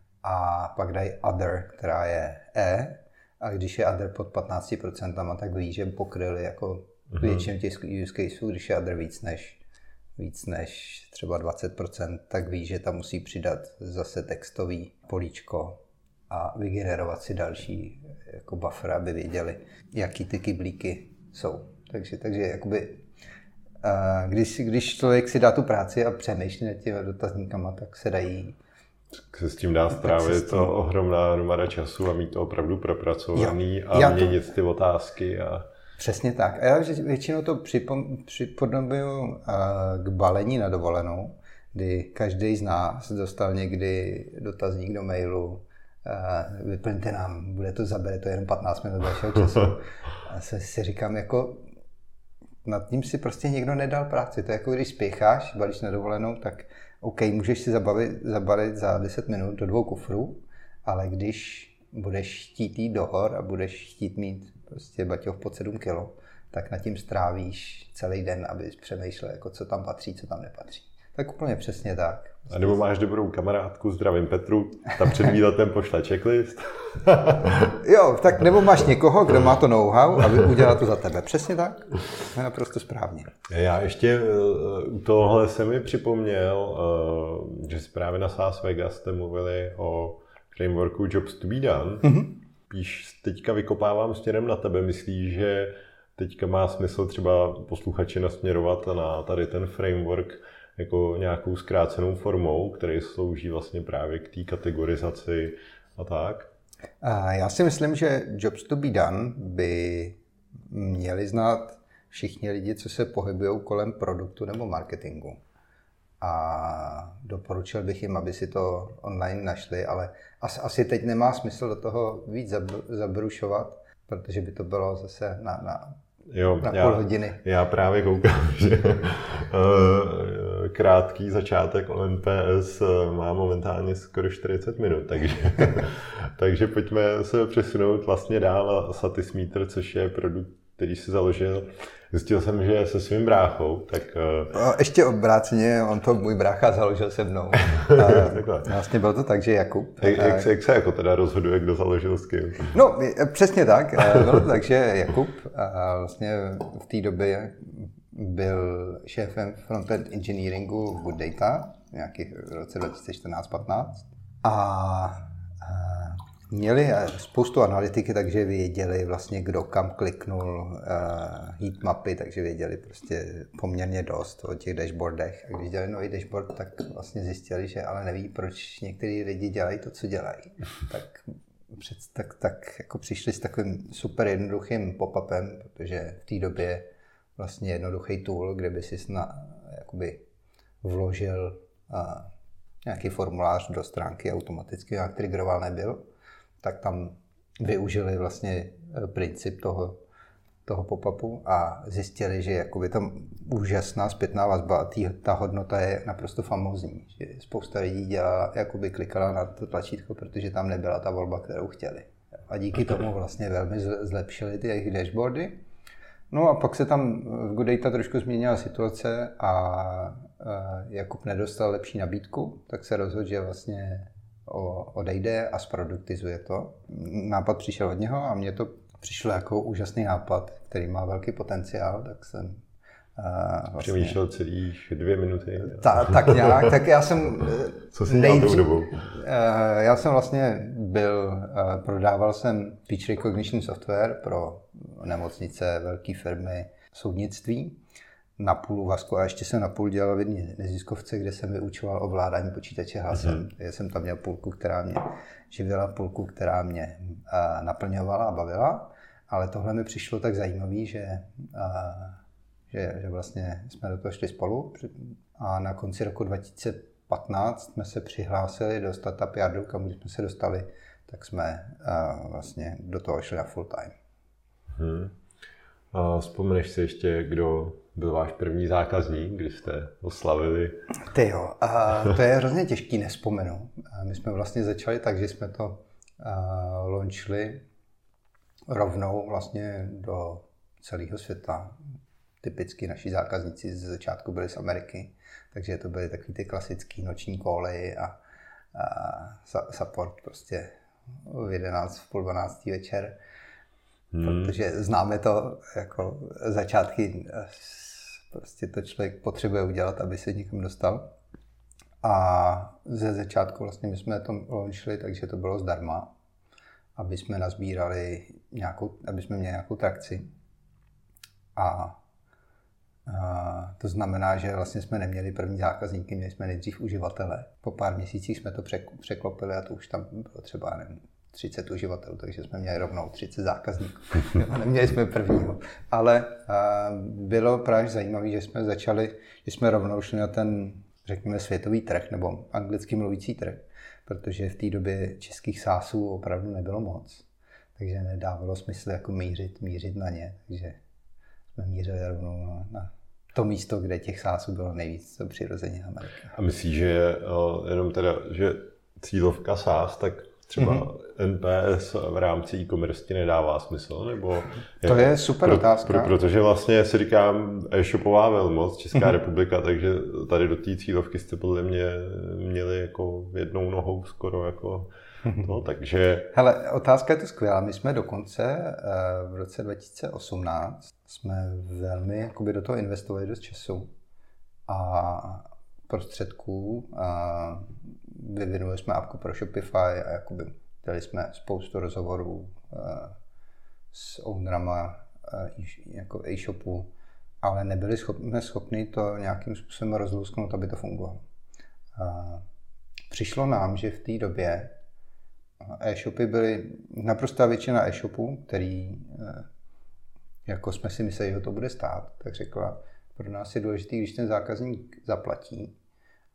A pak dají other, která je E. A když je other pod patnáct procent, tak ví, že pokryli jako mm-hmm. většinu těch use caseů. Když je other víc než, víc než třeba dvacet procent, tak ví, že tam musí přidat zase textový políčko a vygenerovat si další jako buffer, aby věděli, jaký ty kyblíky jsou. Takže, takže jakoby Když, když člověk si dá tu práci a přemýšlí nad těmi dotazníkama, tak se dají... Se s tím dá strávit to ohromná hromada času a mít to opravdu propracovaný jo, a měnit to... ty otázky. A... Přesně tak. A já většinou to připodobňuji k balení na dovolenou, kdy každý z nás dostal někdy dotazník do mailu, vyplňte nám, bude to, zabere to jenom patnáct minut vašeho času. A se si říkám, jako nad tím si prostě někdo nedal práci. To je jako když spěcháš, balíš na dovolenou, tak OK, můžeš si zabavit, zabalit za deset minut do dvou kufrů, ale když budeš chtít jít do hor a budeš chtít mít prostě baťoch pod sedm kilo, tak nad tím strávíš celý den, abys přemýšlel, jako co tam patří, co tam nepatří. Tak úplně přesně tak. A nebo máš dobrou kamarádku, zdravím Petru, ta před výletem pošle checklist. Jo, tak nebo máš někoho, kdo má to know-how a udělá to za tebe. Přesně tak. To je naprosto správně. Já ještě u tohohle se mi připomněl, že si právě na Las Vegas jste mluvili o frameworku Jobs to be done. Mm-hmm. Píš, teďka vykopávám směrem na tebe. Myslíš, že teďka má smysl třeba posluchači nasměrovat na tady ten framework jako nějakou zkrácenou formou, který slouží vlastně právě k té kategorizaci a tak? Já si myslím, že Jobs to be done by měli znát všichni lidi, co se pohybují kolem produktu nebo marketingu. a doporučil bych jim, aby si to online našli, ale asi, asi teď nemá smysl do toho víc zabrušovat, protože by to bylo zase na, na, jo, na já, půl hodiny. Já právě koukám, že krátký začátek o N P S má momentálně skoro čtyřicet minut, takže, takže pojďme se přesunout vlastně dál. Satismeter, což je produkt, který si založil. Zjistil jsem, že se svým bráchou, tak... No, ještě obráceně, on to můj brácha založil se mnou. Vlastně bylo to tak, že Jakub... Jak, jak, jak se jako teda rozhoduje, kdo založil s kým? No, přesně tak. Bylo to tak, že Jakub vlastně v té době byl šéfem frontend engineeringu v Good Data, nějaký v roce dva tisíce čtrnáct patnáct. A měli spoustu analytiky, takže věděli vlastně, kdo kam kliknul, uh, heatmapy, takže věděli prostě poměrně dost o těch dashboardech. A když dělali nový dashboard, tak vlastně zjistili, že ale neví, proč některý lidi dělají to, co dělají. Tak, před, tak, tak jako přišli s takovým super jednoduchým pop-upem, protože v té době vlastně jednoduchý tool, kde by si sna, jakoby vložil uh, nějaký formulář do stránky automaticky, jak triggeroval nebyl, tak tam využili vlastně princip toho, toho pop-upu a zjistili, že jakoby tam úžasná zpětná vazba a tý, ta hodnota je naprosto famózní. Že spousta lidí dělala, jakoby klikala na to tlačítko, protože tam nebyla ta volba, kterou chtěli. A díky tomu vlastně velmi zlepšili ty jejich dashboardy. No a pak se tam v Good Data trošku změnila situace a Jakub nedostal lepší nabídku, tak se rozhodl, že vlastně odejde a zproduktizuje to. Nápad přišel od něho a mně to přišlo jako úžasný nápad, který má velký potenciál, tak jsem uh, vlastně... Přemýšlel celých dvě minuty. Ta, tak nějak, tak já jsem... Co jsi dělal tou dobou? Uh, já jsem vlastně byl, uh, prodával jsem speech recognition software pro nemocnice, velké firmy, soudnictví. Na půl úvazku a ještě jsem na půl dělal v jedné neziskovce, kde jsem vyučoval ovládání počítače hlasem. Mm. Já jsem tam měl půlku, která mě živila, půlku, která mě uh, naplňovala a bavila, ale tohle mi přišlo tak zajímavý, že, uh, že, že vlastně jsme do toho šli spolu a na konci roku dva tisíce patnáct jsme se přihlásili do Startup Yardu, kam jsme se dostali, tak jsme uh, vlastně do toho šli na full time. Hmm. A vzpomeneš si ještě, kdo byl váš první zákazník, když jste oslavili? Ty jo, a to je hrozně těžký, nevzpomenu. My jsme vlastně začali tak, že jsme to uh, launchli rovnou vlastně do celého světa. Typicky naši zákazníci ze začátku byli z Ameriky, takže to byly takový ty klasický noční cally a, a support prostě v jedenáct, v půl dvanáctý večer. Hmm. Protože známe to jako začátky, prostě to člověk potřebuje udělat, aby se někam dostal. A ze začátku vlastně my jsme to launchili, takže to bylo zdarma, aby jsme nazbírali nějakou, aby jsme měli nějakou trakci. A, a to znamená, že vlastně jsme neměli první zákazníky, měli jsme nejdřív uživatele. Po pár měsících jsme to překlopili a to už tam bylo třeba, nevím, třicet uživatelů, takže jsme měli rovnou třicet zákazníků. Neměli jsme prvního. Ale uh, bylo právě zajímavé, že jsme začali, že jsme rovnou šli na ten, řekněme, světový trh, nebo anglicky mluvící trh, protože v té době českých sásů opravdu nebylo moc. Takže nedávalo smysl jako mířit, mířit na ně. Takže jsme mířili rovnou na, na to místo, kde těch sásů bylo nejvíc, to přirozeně Amerika. A myslíš, že je uh, jenom teda, že cílovka sás, tak třeba mm-hmm. N P S v rámci e-commerce ti nedává smysl? Nebo to je, je super pro, otázka. Pro, protože vlastně si říkám e-shopová velmoc Česká mm-hmm. republika, takže tady do té cílovky jste podle mě měli jako jednou nohou skoro jako mm-hmm. to, takže... Hele, otázka je to skvělá. My jsme dokonce v roce dva tisíce osmnáct jsme velmi jakoby do toho investovali dost času a prostředků a vyvinuli jsme appku pro Shopify a jakoby dělali jsme spoustu rozhovorů uh, s ownerama uh, jako e-shopu, ale nebyli schopni, schopni to nějakým způsobem rozlousknout, aby to fungovalo. Uh, přišlo nám, že v té době e-shopy byly naprostá většina e-shopů, který uh, jako jsme si mysleli, že to bude stát, tak řekla, pro nás je důležité, když ten zákazník zaplatí,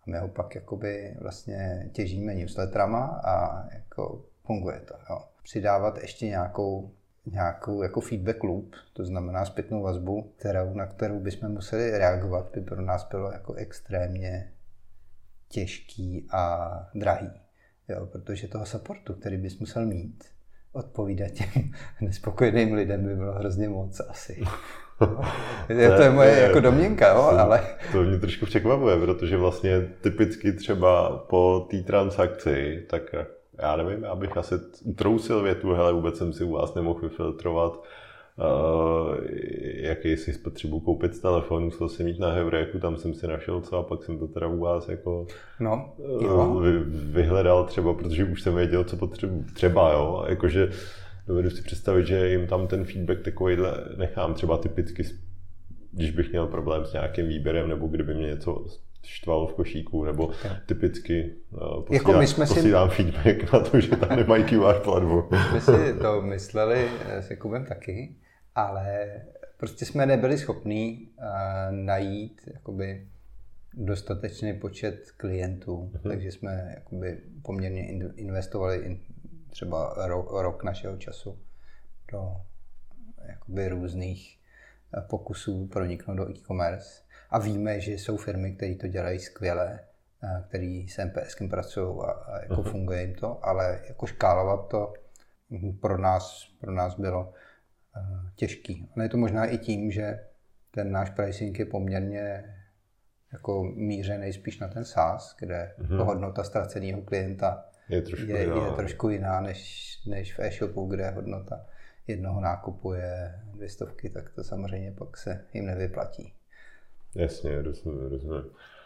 my ho pak jakoby vlastně těžíme newsletterama a jako funguje to. Jo. Přidávat ještě nějakou, nějakou jako feedback loop, to znamená zpětnou vazbu, kterou, na kterou bychom museli reagovat, by pro nás bylo jako extrémně těžký a drahý. Jo, protože toho supportu, který bys musel mít, odpovídat těm nespokojeným lidem by bylo hrozně moc asi. No, to, je, to je moje je, jako domněnka, jo, to, ale... To mě trošku překvapuje, protože vlastně typicky třeba po té transakci, tak já nevím, já bych asi utrousil větu, hele, vůbec jsem si u vás nemohl vyfiltrovat, uh, jaký si spotřebu koupit z telefonu, musel jsem jít na Heuréku, tam jsem si našel co a pak jsem to teda u vás jako no, uh, vy, vyhledal třeba, protože už jsem věděl, co potřebuji, třeba, jo, jakože dovedu si představit, že jim tam ten feedback takovýhle nechám, třeba typicky, když bych měl problém s nějakým výběrem, nebo kdyby mě něco štvalo v košíku, nebo okay. typicky uh, posílám, jako my jsme posílám si... feedback na to, že tam nemají Q R platbu. My jsme si to mysleli s Jakubem taky, ale prostě jsme nebyli schopní uh, najít jakoby dostatečný počet klientů, uh-huh. takže jsme jakoby poměrně investovali in, třeba rok, rok našeho času do jakoby různých pokusů proniknout do e-commerce. A víme, že jsou firmy, které to dělají skvěle, které s M P S kem pracují a, a jako uh-huh. funguje jim to, ale jako škálovat to pro nás, pro nás bylo uh, těžký. A je to možná i tím, že ten náš pricing je poměrně jako mířený spíš na ten SaaS, kde uh-huh. hodnota ztraceného klienta je trošku, je, je trošku jiná než, než v e-shopu, kde hodnota jednoho nákupu je dvě stovky, tak to samozřejmě pak se jim nevyplatí. Jasně, rozumím, rozumím.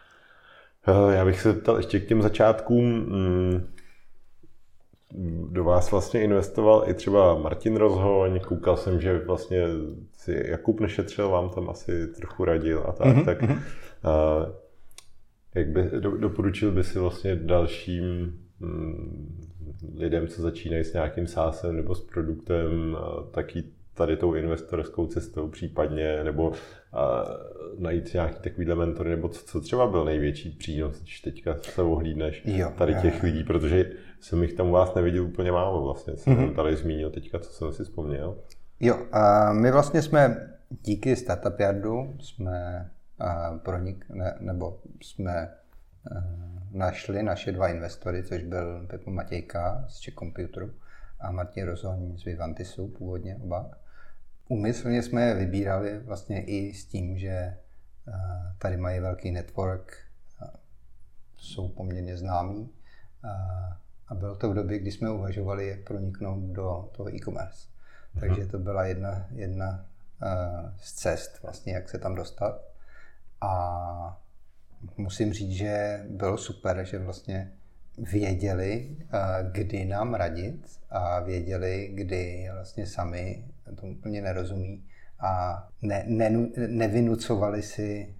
Já bych se zeptal ještě k těm začátkům. Do vás vlastně investoval i třeba Martin Rozhoň, koukal jsem, že vlastně si Jakub Nešetřil vám tam asi trochu radil a tak. Mm-hmm. tak jak by, do, doporučil by si vlastně dalším lidem, co začínají s nějakým SaaSem nebo s produktem, taky tady tou investorskou cestou případně, nebo a, najít nějaký takovýhle mentory, nebo co, co třeba byl největší přínos, když teďka se ohlídneš jo, tady těch jo. lidí, protože jsem jich tam u vás neviděl úplně málo vlastně, jsem mm-hmm. tady zmínil teďka, co jsem si vzpomněl. Jo, a my vlastně jsme díky Startup Yardu jsme pronik, ne, nebo jsme našli naše dva investory, což byl Pepo Matějka z Czech Computeru a Martin Rozhoň z Vivantisu, původně oba. Úmyslně jsme je vybírali vlastně i s tím, že tady mají velký network, jsou poměrně známí a bylo to v době, kdy jsme uvažovali, jak proniknout do toho e-commerce. Takže to byla jedna, jedna z cest, vlastně, jak se tam dostat. A musím říct, že bylo super, že vlastně věděli, kdy nám radit a věděli, kdy vlastně sami to úplně nerozumí a ne, ne, nevynucovali si,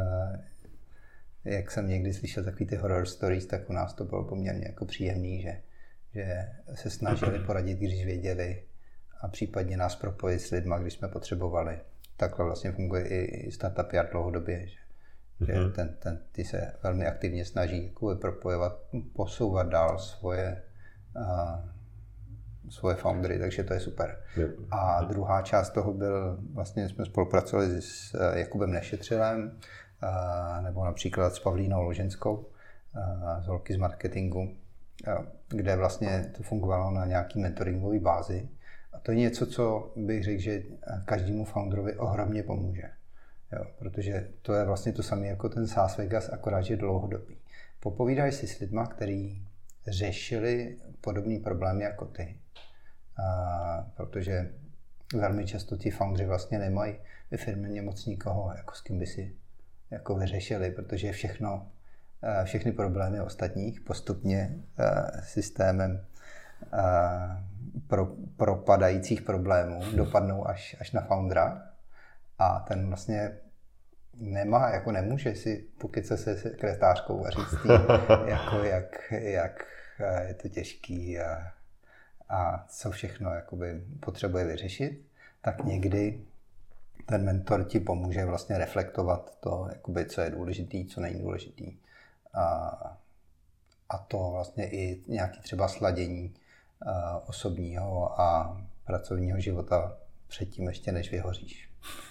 jak jsem někdy slyšel takový ty horror stories, tak u nás to bylo poměrně jako příjemný, že, že se snažili poradit, když věděli a případně nás propojit s lidma, když jsme potřebovali. Takhle vlastně funguje i Startup Yard dlouhodobě, že, že ten, ten, ty se velmi aktivně snaží jako propojovat, posouvat dál svoje, uh, svoje foundery, takže to je super. A druhá část toho byl, vlastně jsme spolupracovali s Jakubem Nešetřilem, uh, nebo například s Pavlínou Loženskou uh, z Holky z marketingu, uh, kde vlastně to fungovalo na nějaký mentoringové bázi. A to je něco, co bych řekl, že každému founderovi ohromně pomůže. Jo, protože to je vlastně to samé jako ten SaaS Vegas, akorát, že dlouhodobý. Popovídají si s lidma, kteří řešili podobné problémy jako ty. A, protože velmi často ti foundři vlastně nemají ve firmě moc nikoho, jako s kým by si jako vyřešili, protože všechno, všechny problémy ostatních postupně systémem pro, propadajících problémů dopadnou až, až na foundera a ten vlastně nemá, jako nemůže si pokycat se s kretářkou a říct jí, jako jak, jak je to těžký a, a co všechno jakoby potřebuje vyřešit, tak někdy ten mentor ti pomůže vlastně reflektovat to, jakoby, co je důležitý, co není důležitý a, a to vlastně i nějaký třeba sladění a, osobního a pracovního života předtím ještě, než vyhoříš.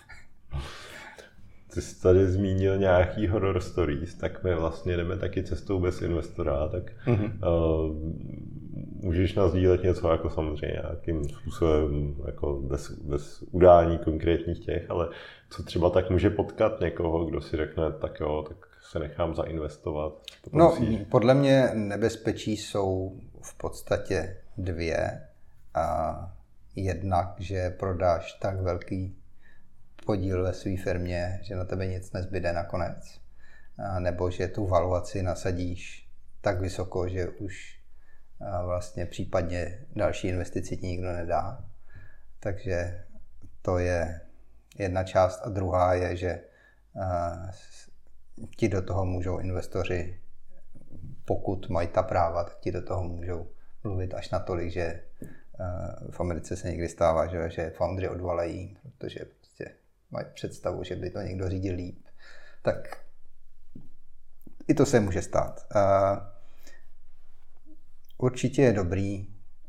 Ty jsi tady zmínil nějaký horror stories, tak my vlastně jdeme taky cestou bez investora, tak mm-hmm. uh, můžeš nás dílet něco jako samozřejmě nějakým způsobem, jako bez, bez udání konkrétních těch, ale co třeba tak může potkat někoho, kdo si řekne, tak jo, tak se nechám zainvestovat. No, musí... podle mě nebezpečí jsou v podstatě dvě. A jednak, že prodáš tak velký podíl ve své firmě, že na tebe nic nezbyde nakonec. A nebo že tu valuaci nasadíš tak vysoko, že už vlastně případně další investici ti nikdo nedá. Takže to je jedna část. A druhá je, že ti do toho můžou investoři, pokud mají ta práva, tak ti do toho můžou mluvit až natolik, že v Americe se někdy stává, že, že foundry odvalají, protože prostě mají představu, že by to někdo řídil líp. Tak i to se může stát. Určitě je dobrý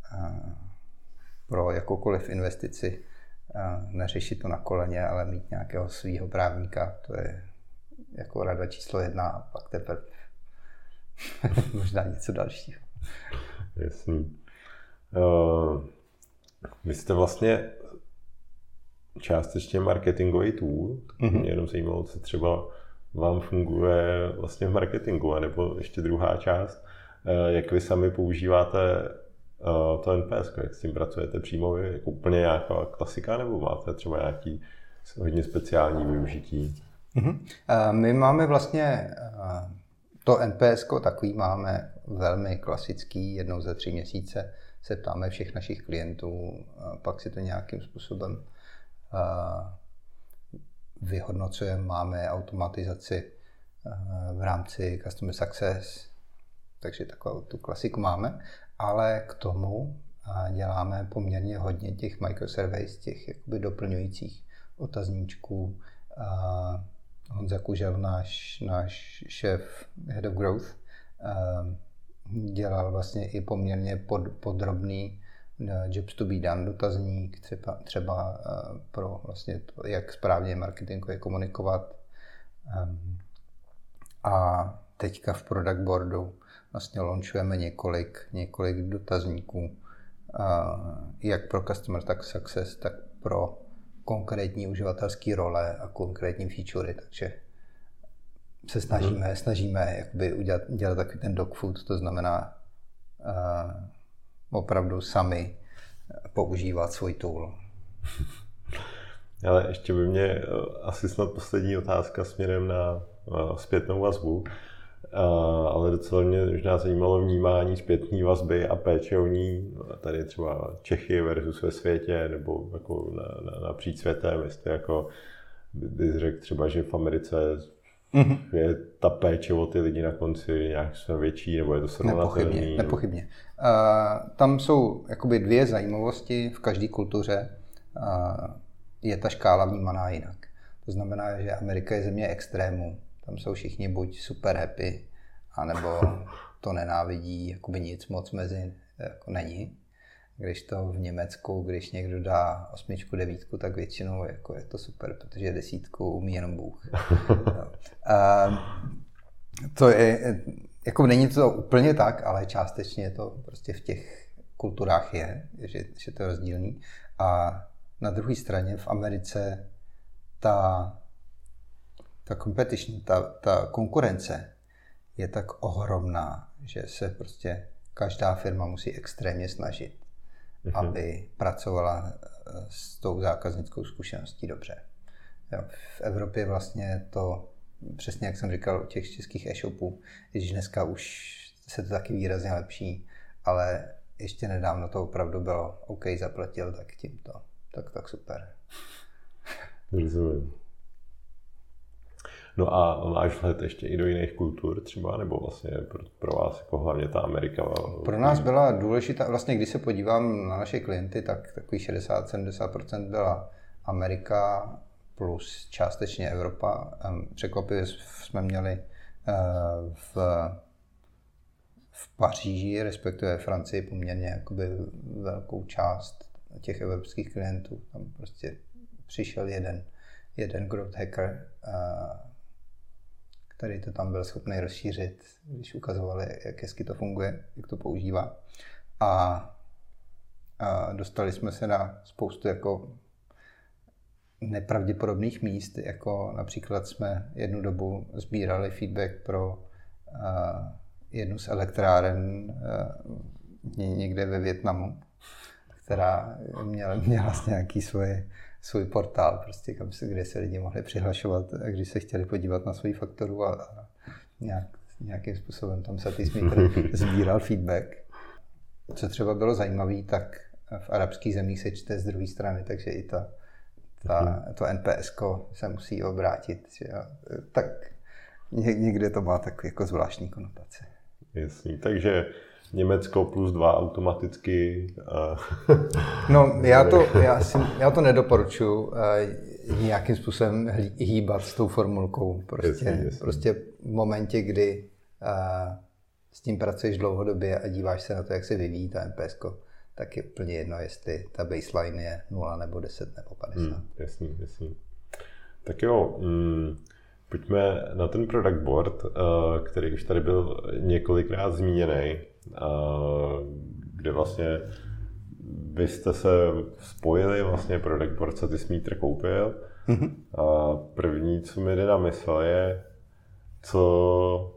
pro jakoukoliv investici neřešit to na koleně, ale mít nějakého svýho právníka. To je jako rada číslo jedna a pak teprve možná něco dalšího. Jasný. Uh, vy jste vlastně částečně marketingový tool, mm-hmm. mě jenom zajímalo, co třeba vám funguje vlastně v marketingu, nebo ještě druhá část, uh, jak vy sami používáte uh, to N P S, jak s tím pracujete přímo vy, jako úplně nějaká klasika, nebo máte třeba nějaký hodně speciální využití? Mm-hmm. Uh, my máme vlastně uh, to N P S takový máme velmi klasický, jednou za tři měsíce se ptáme všech našich klientů, a pak si to nějakým způsobem vyhodnocujeme, máme automatizaci v rámci Customer Success, takže takovou tu klasiku máme, ale k tomu děláme poměrně hodně těch microsurveys, těch jakoby doplňujících otazníčků. Honza Kužel, náš, náš šéf Head of Growth, dělal vlastně i poměrně pod, podrobný jobs to be done dotazník, třeba, třeba pro vlastně to, jak správně marketingově komunikovat. A teďka v product boardu vlastně launchujeme několik, několik dotazníků, jak pro customer tak success, tak pro konkrétní uživatelské role a konkrétní featurey, takže se snažíme, hmm. snažíme jakoby udělat, dělat takový ten dog food, to znamená uh, opravdu sami používat svůj tool. Ale ještě by mě asi snad poslední otázka směrem na uh, zpětnou vazbu, uh, ale docela mě možná zajímalo vnímání zpětné vazby a péče o ní, tady třeba Čechy versus ve světě, nebo jako na, na, napříč světem, jestli jako bys řekl třeba, že v Americe mm-hmm. je ta péče o ty lidi na konci nějak větší, nebo je to srovnatelný? Nepochybně, nepochybně. Uh, tam jsou jakoby dvě zajímavosti v každé kultuře. Uh, je ta škála vnímaná jinak. To znamená, že Amerika je země extrému. Tam jsou všichni buď super happy, anebo to nenávidí, jakoby nic moc mezi jako není. Když to v Německu, když někdo dá osmičku, devítku, tak většinou jako je to super, protože desítku umí jenom Bůh. uh, to je, jako není to úplně tak, ale částečně to prostě v těch kulturách je, že, že to je rozdílný. A na druhé straně v Americe ta, ta competition, ta, ta konkurence je tak ohromná, že se prostě každá firma musí extrémně snažit, mm-hmm. aby pracovala s tou zákaznickou zkušeností dobře. Jo, v Evropě vlastně to, přesně jak jsem říkal u těch českých e-shopů, když dneska už se to taky výrazně lepší, ale ještě nedávno to opravdu bylo OK, zaplatil, tak tím to. Tak, tak super. Rozumím. No a máš vhled ještě i do jiných kultur třeba, nebo vlastně pro, pro vás jako hlavně ta Amerika? Pro nás byla důležitá, vlastně když se podívám na naše klienty, tak takový šedesát až sedmdesát procent byla Amerika plus částečně Evropa. Překvapivě jsme měli v, v Paříži, respektive Francii, poměrně jakoby velkou část těch evropských klientů. Tam prostě přišel jeden, jeden growth hacker, který to tam byl schopný rozšířit, když ukazovali, jak hezky to funguje, jak to používá. A, a dostali jsme se na spoustu jako nepravděpodobných míst, jako například jsme jednu dobu sbírali feedback pro uh, jednu z elektráren uh, někde ve Vietnamu, která měla, měla vlastně nějaký svoje, svůj portál, prostě, kam se, kde se lidi mohli přihlašovat, a když se chtěli podívat na svou fakturu a, a nějak, nějakým způsobem tam Satismeter sbíral feedback. Co třeba bylo zajímavé, tak v arabských zemích se čte z druhé strany, takže i ta Ta, to N P S ko se musí obrátit. Že? Tak někde to má tak jako zvláštní konotace. Jasný, takže Německo plus dva automaticky. A... No, já to, já, si, já to nedoporučuji uh, nějakým způsobem hýbat s tou formulkou. Prostě, jasný, jasný. prostě v momentě, kdy uh, s tím pracuješ dlouhodobě a díváš se na to, jak se vyvíjí ta N P S ko, tak je úplně jedno, jestli ta baseline je nula nebo deset nebo padesát. Hmm, jasný, jasný. Tak jo, mm, pojďme na ten product board, uh, který už tady byl několikrát zmíněný, uh, kde vlastně vy jste se spojili, vlastně product board Satismeter koupil. Mm-hmm. A první, co mi jde na mysl, je, co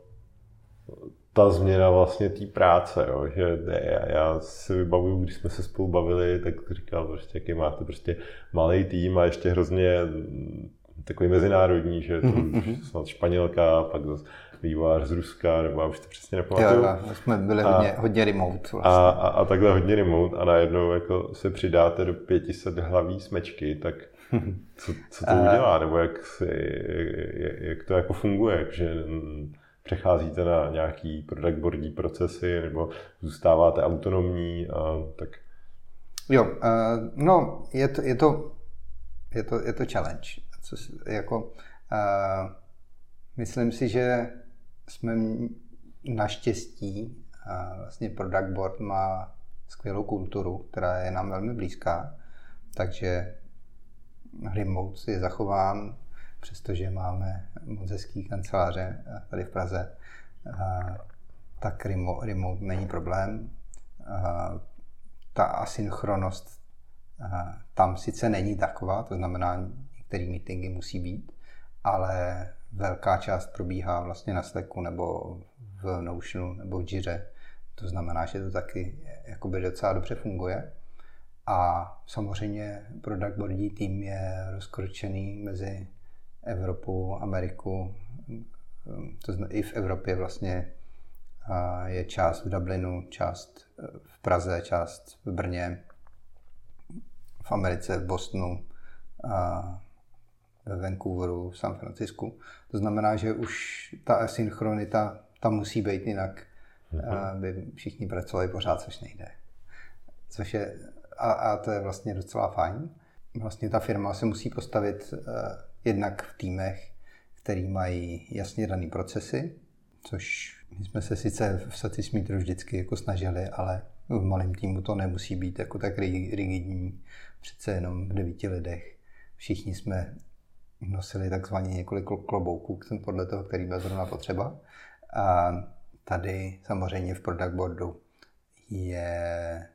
ta změna vlastně té práce, jo, že já, já si vybavuju, když jsme se spolu bavili, tak říkal prostě, jaký máte prostě malý tým a ještě hrozně takový mezinárodní, že to mm-hmm. snad Španělka, pak zase vývojář z Ruska, nebo já už to přesně nepamatuju. Jo, jo, jsme byli a, hodně, hodně remote vlastně. A, a, a takhle hodně remote a najednou jako se přidáte do pěti set hlaví smečky, tak co, co to udělá, nebo jak, jak, jak to jako funguje, že přecházíte na nějaký product boardí procesy, nebo zůstáváte autonomní a tak. Jo, uh, no, je to, je to, je to, je to challenge. Co, jako, uh, myslím si, že jsme naštěstí, uh, vlastně product board má skvělou kulturu, která je nám velmi blízká, takže remote je zachován, přestože máme moc hezký kanceláře tady v Praze, tak remote, remote není problém. Ta asynchronnost tam sice není taková, to znamená, některé meetingy musí být, ale velká část probíhá vlastně na Slacku nebo v Notionu nebo v Jiře. To znamená, že to taky jakoby docela dobře funguje. A samozřejmě product boardí tým je rozkročený mezi Evropu, Ameriku, to znamená, i v Evropě vlastně je část v Dublinu, část v Praze, část v Brně, v Americe, v Bostonu, ve Vancouveru, v San Francisku. To znamená, že už ta asynchronita tam musí být, jinak by všichni pracovali pořád, což nejde. Což je, a, a to je vlastně docela fajn. Vlastně ta firma se musí postavit jednak v týmech, který mají jasně daný procesy, což my jsme se sice v Satismeteru vždycky jako snažili, ale v malém týmu to nemusí být jako tak rigidní. Přece jenom v devíti lidech všichni jsme nosili takzvaně několik klobouků podle toho, který byl zrovna potřeba. A tady samozřejmě v product boardu je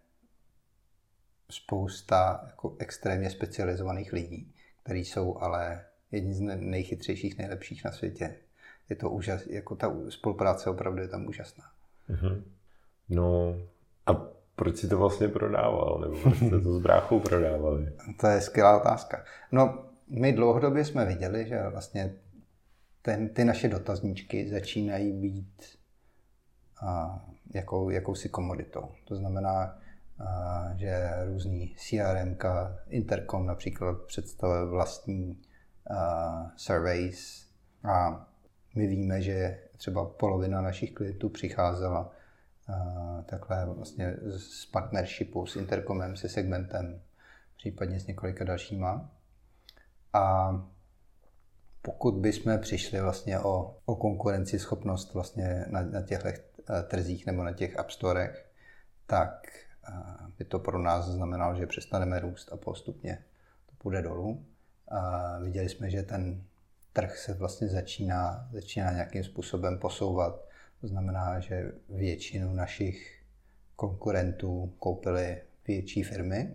spousta jako extrémně specializovaných lidí, kteří jsou ale jedni z nejchytřejších, nejlepších na světě. Je to úžas, jako ta spolupráce opravdu je tam úžasná. Mm-hmm. No a proč si to vlastně prodával? Nebo proč jste to s bráchou prodávali? To je skvělá otázka. No, my dlouhodobě jsme viděli, že vlastně ten, ty naše dotazníčky začínají být a, jakou, jakousi komoditou. To znamená, a, že různý C R M ka, Intercom například představuje vlastní a, surveys a my víme, že třeba polovina našich klientů přicházela a, takhle vlastně z partnershipu s Intercomem, se segmentem, případně s několika dalšíma. A pokud bychom přišli vlastně o, o konkurenceschopnost vlastně na, na těchto trzích nebo na těch App Storech, tak by to pro nás znamenalo, že přestaneme růst a postupně to půjde dolů. A viděli jsme, že ten trh se vlastně začíná, začíná nějakým způsobem posouvat. To znamená, že většinu našich konkurentů koupily větší firmy,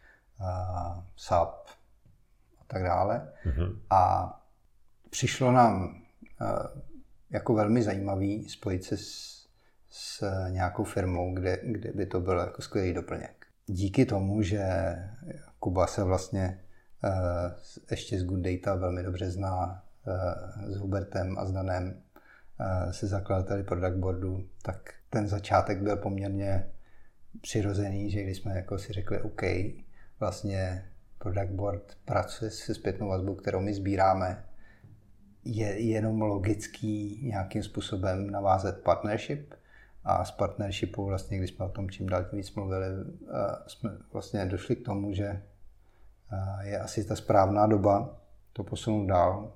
uh, S A P a tak dále. Mm-hmm. A přišlo nám uh, jako velmi zajímavý spojit se s, s nějakou firmou, kde, kde by to byl jako skvělý doplněk. Díky tomu, že Kuba se vlastně uh, ještě z Good Data velmi dobře zná uh, s Hubertem a s Danem, uh, se zakladateli Product Boardu, tak ten začátek byl poměrně přirozený, že když jsme jako si řekli OK, vlastně Product Board pracuje se zpětnou vazbou, kterou my sbíráme, je jenom logický nějakým způsobem navázat partnership a z partnershipu vlastně, když jsme o tom čím dál tím víc mluvili, jsme vlastně došli k tomu, že je asi ta správná doba to posunout dál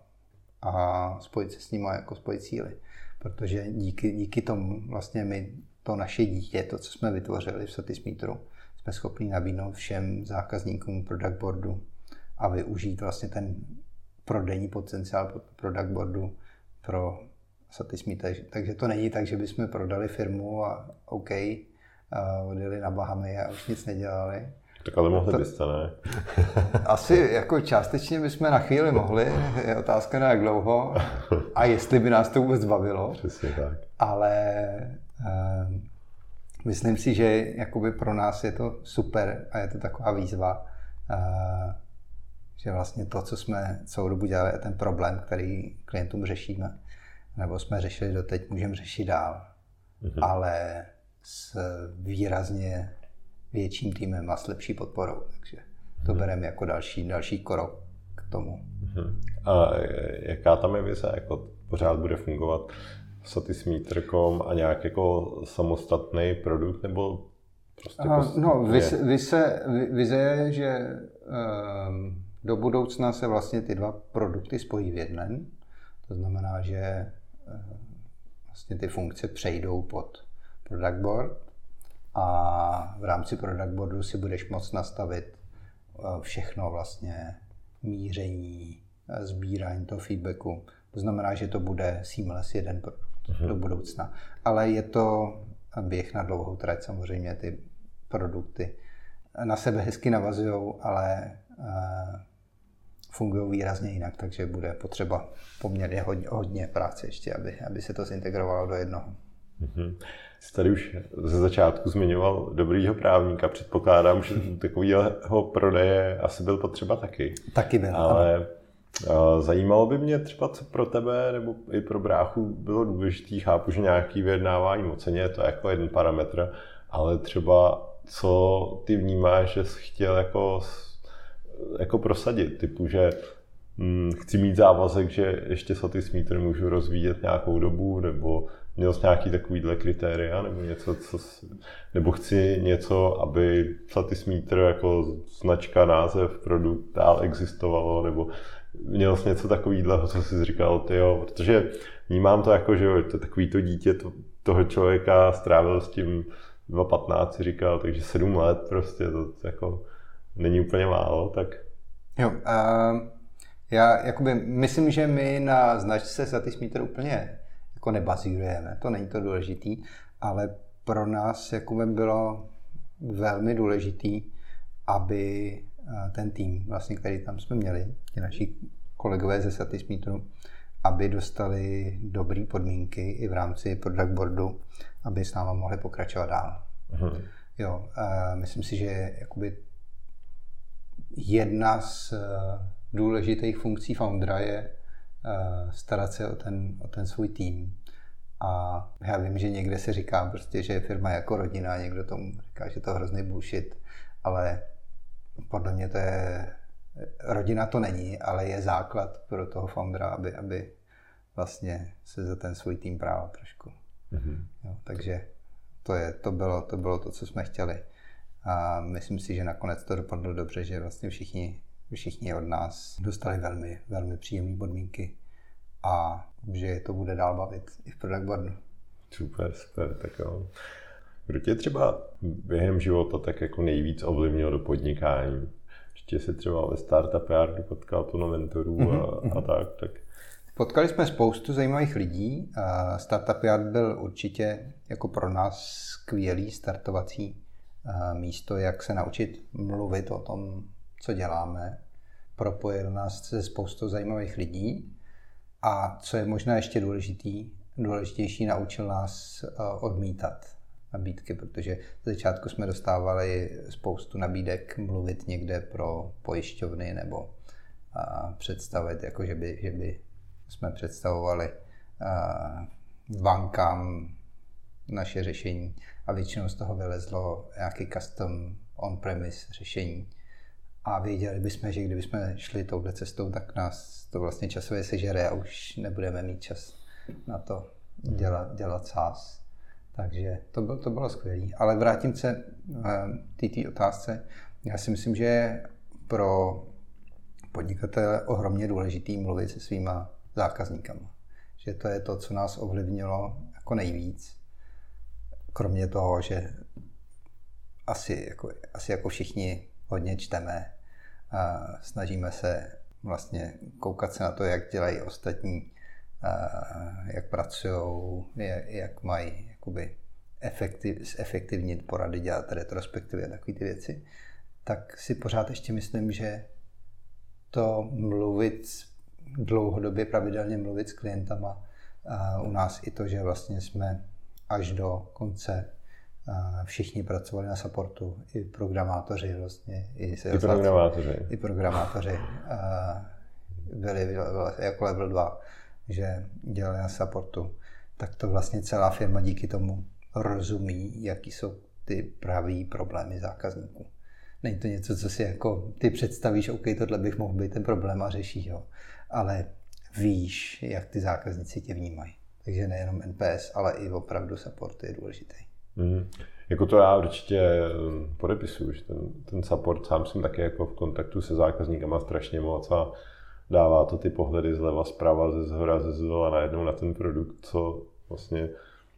a spojit se s nimi jako spojit síly. Protože díky, díky tomu vlastně my to naše dítě, to, co jsme vytvořili v Satismeteru, jsme schopni nabídnout všem zákazníkům Product Boardu a využít vlastně ten prodejní potenciál Product Boardu pro Satismeter. Takže to není tak, že bychom prodali firmu a OK, a odjeli na Bahamy a už nic nedělali. Tak ale mohli to, byste, ne? Asi jako částečně bychom na chvíli mohli, je otázka na jak dlouho a jestli by nás to vůbec bavilo. Přesně tak. Ale um, myslím si, že jakoby pro nás je to super a je to taková výzva, uh, že vlastně to, co jsme celou dobu dělali, je ten problém, který klientům řešíme, nebo jsme řešili doteď, můžeme řešit dál, mm-hmm. ale s výrazně větším týmem a s lepší podporou, takže to mm-hmm. bereme jako další, další krok k tomu. Mm-hmm. A jaká tam je vize, jako pořád bude fungovat Satismeter tečka com a nějak jako samostatný produkt, nebo prostě... Aha, no, vize, vize, vize je, že um, do budoucna se vlastně ty dva produkty spojí v jeden. To znamená, že um, vlastně ty funkce přejdou pod Product Board a v rámci Product Boardu si budeš moct nastavit uh, všechno vlastně míření, sbírání toho feedbacku. To znamená, že to bude seamless jeden produkt uh-huh. do budoucna. Ale je to běh na dlouhou trať, samozřejmě ty produkty na sebe hezky navazují, ale uh, fungují výrazně jinak, takže bude potřeba poměrně hodně, hodně práce ještě, aby, aby se to zintegrovalo do jednoho. Uh-huh. Jsi tady už ze začátku zmiňoval dobrýho právníka, předpokládám, že takového prodeje asi byl potřeba taky. Taky byl. Ale zajímalo by mě třeba, co pro tebe nebo i pro bráchu bylo důležitý. Chápu, že nějaký vyjednávání o ceně je to jako jeden parametr, ale třeba co ty vnímáš, že jsi chtěl jako, jako prosadit, typu, že hm, chci mít závazek, že ještě Satismeter můžu rozvíjet nějakou dobu, nebo měl jsi nějaký takovýhle kritéria, nebo něco, co, nebo chci něco, aby Satismeter jako značka, název, produkt dál existovalo, nebo měl jsi něco takovýhle, co jsi říkal, tyjo, protože vnímám to jako, že jo, to takový to dítě to, toho člověka strávil s tím dva patnáct, si říkal, takže sedm let prostě, to, to jako není úplně málo, tak... Jo, uh, já jakoby myslím, že my na značce Satismeter úplně jako nebazírujeme, to není to důležitý, ale pro nás jakoby bylo velmi důležitý, aby ten tým, vlastně, který tam jsme měli, ti naši kolegové ze Satismeteru, aby dostali dobré podmínky i v rámci Product Boardu, aby s náma mohli pokračovat dál. Uh-huh. Jo, uh, myslím si, že jakoby jedna z uh, důležitých funkcí foundera je uh, starat se o ten, o ten svůj tým. A já vím, že někde se říká prostě, že firma je jako rodina, někdo tomu říká, že to je hrozný bullshit, ale podle mě to je, rodina to není, ale je základ pro toho foundera, aby, aby vlastně se za ten svůj tým prál trošku. Mm-hmm. Jo, takže to, je, to, bylo, to bylo to, co jsme chtěli. A myslím si, že nakonec to dopadlo dobře, že vlastně všichni všichni od nás dostali velmi, velmi příjemné podmínky a že je to bude dál bavit i v product boardu. Super, super, tak jo. Kdo tě třeba během života tak jako nejvíc ovlivnil do podnikání? Ještě se třeba ve Startup Yardu potkal plno mentorů mm-hmm. a, a tak, tak. Potkali jsme spoustu zajímavých lidí. Startup Yard byl určitě jako pro nás skvělý startovací místo, jak se naučit mluvit o tom, co děláme. Propojil nás se spoustou zajímavých lidí a co je možná ještě důležitý, důležitější, naučil nás odmítat nabídky, protože z začátku jsme dostávali spoustu nabídek mluvit někde pro pojišťovny nebo představit, jako že by, že by jsme představovali bankám naše řešení a většinou z toho vylezlo nějaký custom on-premise řešení. A věděli bychom, že kdybychom šli touhle cestou, tak nás to vlastně časově sežere a už nebudeme mít čas na to dělat, dělat SaaS. Takže to, byl, to bylo skvělé. Ale vrátím se k té otázce. Já si myslím, že je pro podnikatele ohromně důležitý mluvit se svýma zákazníkama. Že to je to, co nás ovlivnilo jako nejvíc. Kromě toho, že asi jako, asi jako všichni hodně čteme a snažíme se vlastně koukat se na to, jak dělají ostatní, jak pracují, jak mají jakoby efektiv, zefektivnit porady, dělat retrospektivy a takové ty věci, tak si pořád ještě myslím, že to mluvit dlouhodobě, pravidelně mluvit s klientama, u nás i to, že vlastně jsme až do konce všichni pracovali na supportu, i programátoři vlastně, i, I programátoři. I programátoři byli jako level dva, že dělali na supportu, tak to vlastně celá firma díky tomu rozumí, jaký jsou ty pravý problémy zákazníků. Není to něco, co si jako ty představíš, OK, tohle bych mohl být ten problém a řešíš ho, ale víš, jak ty zákazníci tě vnímají. Takže nejenom N P S, ale i opravdu support je důležitý. Mm. Jako to já určitě podepisuju, že ten, ten support, sám jsem taky jako v kontaktu se zákazníkama strašně moc a dává to ty pohledy zleva, zprava, ze zhora, ze zdola najednou na ten produkt, co vlastně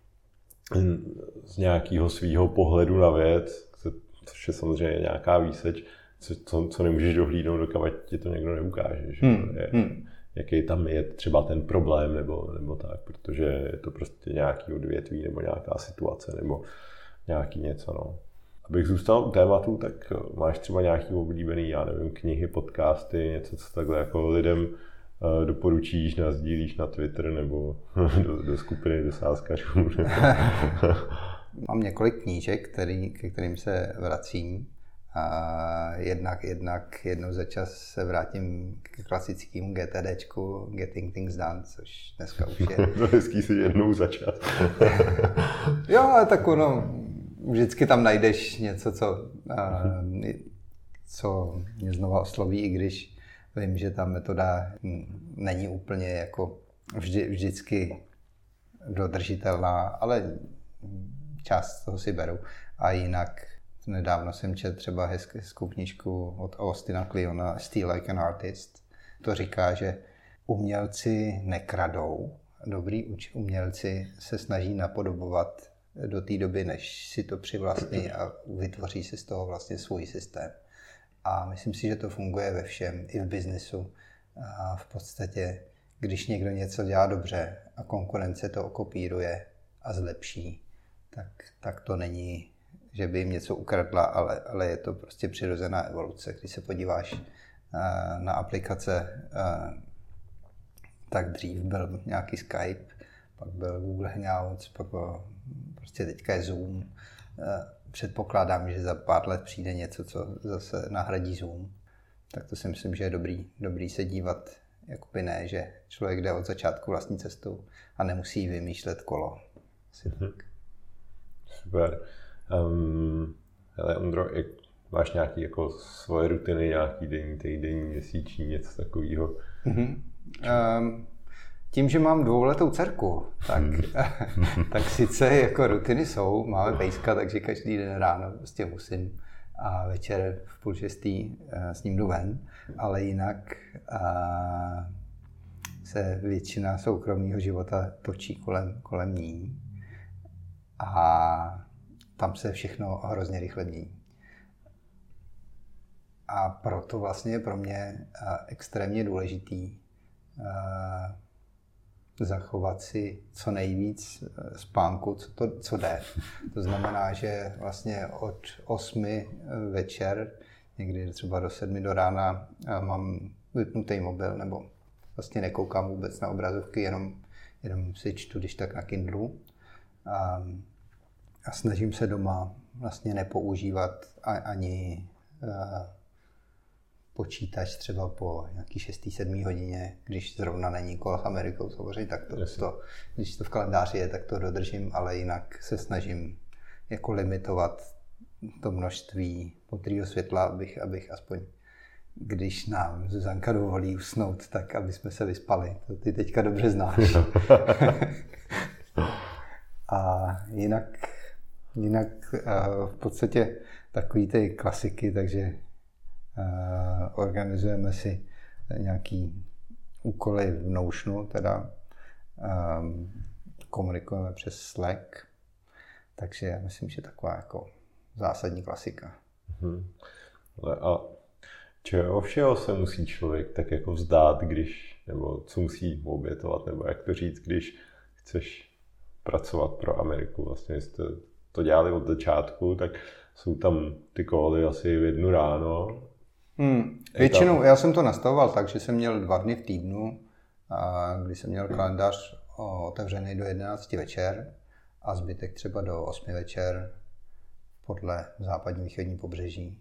z nějakého svýho pohledu na věc, což je samozřejmě nějaká výseč, co, co nemůžeš dohlídnout, dokud ti to někdo neukáže. Že? Hmm. Je, hmm. Jaký tam je třeba ten problém nebo, nebo tak, protože je to prostě nějaký odvětví nebo nějaká situace nebo nějaký něco. No. Abych zůstal u tématu, tak máš třeba nějaký oblíbený, já nevím, knihy, podcasty, něco, co takhle jako lidem uh, doporučíš, nazdílíš na Twitter nebo do, do skupiny do sázkařů. Mám několik knížek, který, ke kterým se vracím. A jednak, jednak jednou za čas se vrátím k klasickému GTDčku, Getting Things Done, což dneska už je. To hezký si jednou za čas. Jo, ale tak ono, vždycky tam najdeš něco, co, co mě znova osloví, i když vím, že ta metoda není úplně jako vždy, vždycky dodržitelná, ale část toho si beru. A jinak nedávno jsem četl třeba hezkou knížku od Austina Kleona Steal Like an Artist. To říká, že umělci nekradou, dobrý umělci se snaží napodobovat do té doby, než si to přivlastní a vytvoří si z toho vlastně svůj systém. A myslím si, že to funguje ve všem, i v biznesu. A v podstatě, když někdo něco dělá dobře a konkurence to okopíruje a zlepší, tak, tak to není, že by jim něco ukradla, ale, ale je to prostě přirozená evoluce. Když se podíváš uh, na aplikace, uh, tak dřív byl nějaký Skype, pak byl Google Hangouts, pak byl, prostě teďka je Zoom. Uh, předpokládám, že za pár let přijde něco, co zase nahradí Zoom. Tak to si myslím, že je dobrý, dobrý se dívat, jakoby ne, že člověk jde od začátku vlastní cestou a nemusí vymýšlet kolo. Asi mm-hmm. tak. Super. Um, hele Ondro, jak máš nějaký jako svoje rutiny, nějaký denní, týdenní, měsíční, něco takového? Mm-hmm. Um, tím, že mám dvouletou dcerku, tak, tak sice jako rutiny jsou, máme pejska, takže každý den ráno prostě musím a večer v půl šestý s ním jdu ven, ale jinak a, se většina soukromého života točí kolem, kolem ní a tam se všechno hrozně rychle mění. A proto vlastně je pro mě extrémně důležitý zachovat si co nejvíc spánku, co, to, co jde. To znamená, že vlastně od osmi večer, někdy třeba do sedmi do rána mám vypnutý mobil, nebo vlastně nekoukám vůbec na obrazovky, jenom, jenom si čtu, když tak na Kindlu. A, a snažím se doma vlastně nepoužívat ani a, počítač třeba po nějaký šestý, sedmý hodině, když zrovna není kolo s Amerikou, samozřejmě, tak to, to, když to v kalendáři je, tak to dodržím, ale jinak se snažím jako limitovat to množství modrého světla, abych, abych aspoň, když nám Zuzanka dovolí usnout, tak aby jsme se vyspali. To ty teďka dobře znáš. A jinak, jinak v podstatě takový ty klasiky, takže Uh, organizujeme si nějaký úkoly v Notionu, teda um, komunikujeme přes Slack, takže já myslím, že taková jako zásadní klasika. Hmm. A čeho všeho se musí člověk tak jako vzdát, když, nebo co musí obětovat, nebo jak to říct, když chceš pracovat pro Ameriku? Vlastně jste to dělali od začátku, tak jsou tam ty koly asi v jednu ráno. Hmm. Většinou, já jsem to nastavoval tak, že jsem měl dva dny v týdnu, kdy jsem měl kalendář otevřený do jedenácti večer a zbytek třeba do osmi večer podle západní východní pobřeží.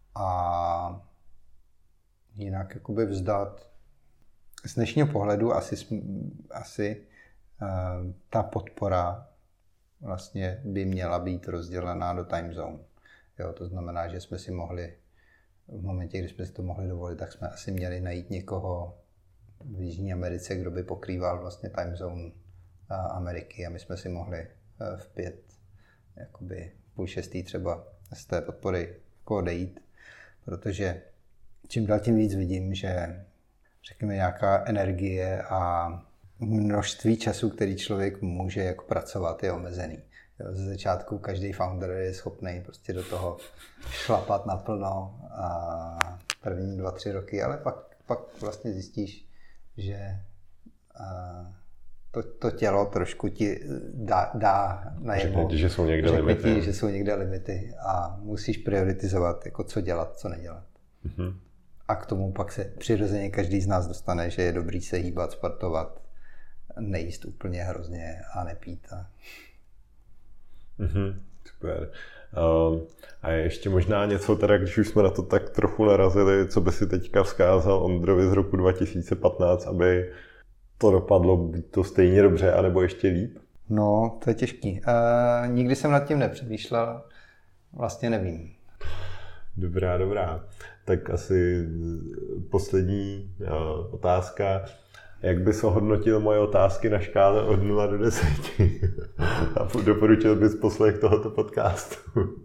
A jinak jakoby vzdát z dnešního pohledu asi, asi ta podpora vlastně by měla být rozdělená do time zone. Jo, to znamená, že jsme si mohli v momentě, kdy jsme si to mohli dovolit, tak jsme asi měli najít někoho v Jižní Americe, kdo by pokrýval vlastně time zone Ameriky a my jsme si mohli v pět, jakoby půl šestý třeba z té podpory jako odejít, protože čím dál tím víc vidím, že řekněme nějaká energie a množství času, který člověk může jako pracovat, je omezený. Ze začátku každý founder je schopný prostě do toho šlapat naplno a první dva, tři roky, ale pak, pak vlastně zjistíš, že to, to tělo trošku ti dá, dá najevo, že jsou někde limity. Ti, že jsou někde limity a musíš prioritizovat, jako co dělat, co nedělat. Mm-hmm. A k tomu pak se přirozeně každý z nás dostane, že je dobrý se hýbat, sportovat, nejíst úplně hrozně a nepít. A... Mm-hmm, super. Um, a ještě možná něco, teda, když už jsme na to tak trochu narazili, co by si teďka vzkázal Ondrovi z roku dva tisíce patnáct, aby to dopadlo to stejně dobře, anebo ještě líp? No, to je těžký. Uh, nikdy jsem nad tím nepřemýšlel, vlastně nevím. Dobrá, dobrá. Tak asi poslední uh, otázka. Jak bys ohodnotil moje otázky na škále od nula do deseti? A doporučil bys poslech tohoto podcastu?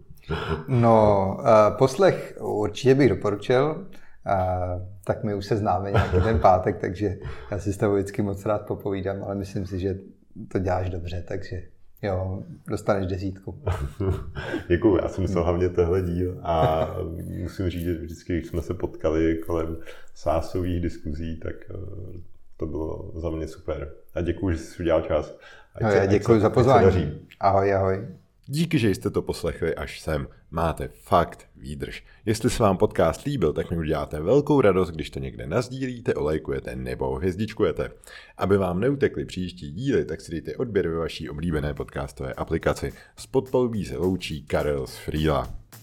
No, uh, poslech určitě bych doporučil. Uh, tak my už se známe nějaký ten pátek, takže já si s tebou vždycky moc rád popovídám, ale myslím si, že to děláš dobře, takže jo, dostaneš desítku. Děkuju, já jsem myslel hlavně tohle díl a musím říct, že vždycky, když jsme se potkali kolem sásových diskuzí, tak to bylo za mě super. A děkuju, že jsi udělal čas. No, já děkuju za pozvání. Ahoj, ahoj. Díky, že jste to poslechli až sem. Máte fakt výdrž. Jestli se vám podcast líbil, tak mi uděláte velkou radost, když to někde nazdílíte, olejkujete nebo hvězdičkujete. Aby vám neutekly příští díly, tak si dejte odběr ve vaší oblíbené podcastové aplikaci. Z podpalubí se loučí Karel z Frýla.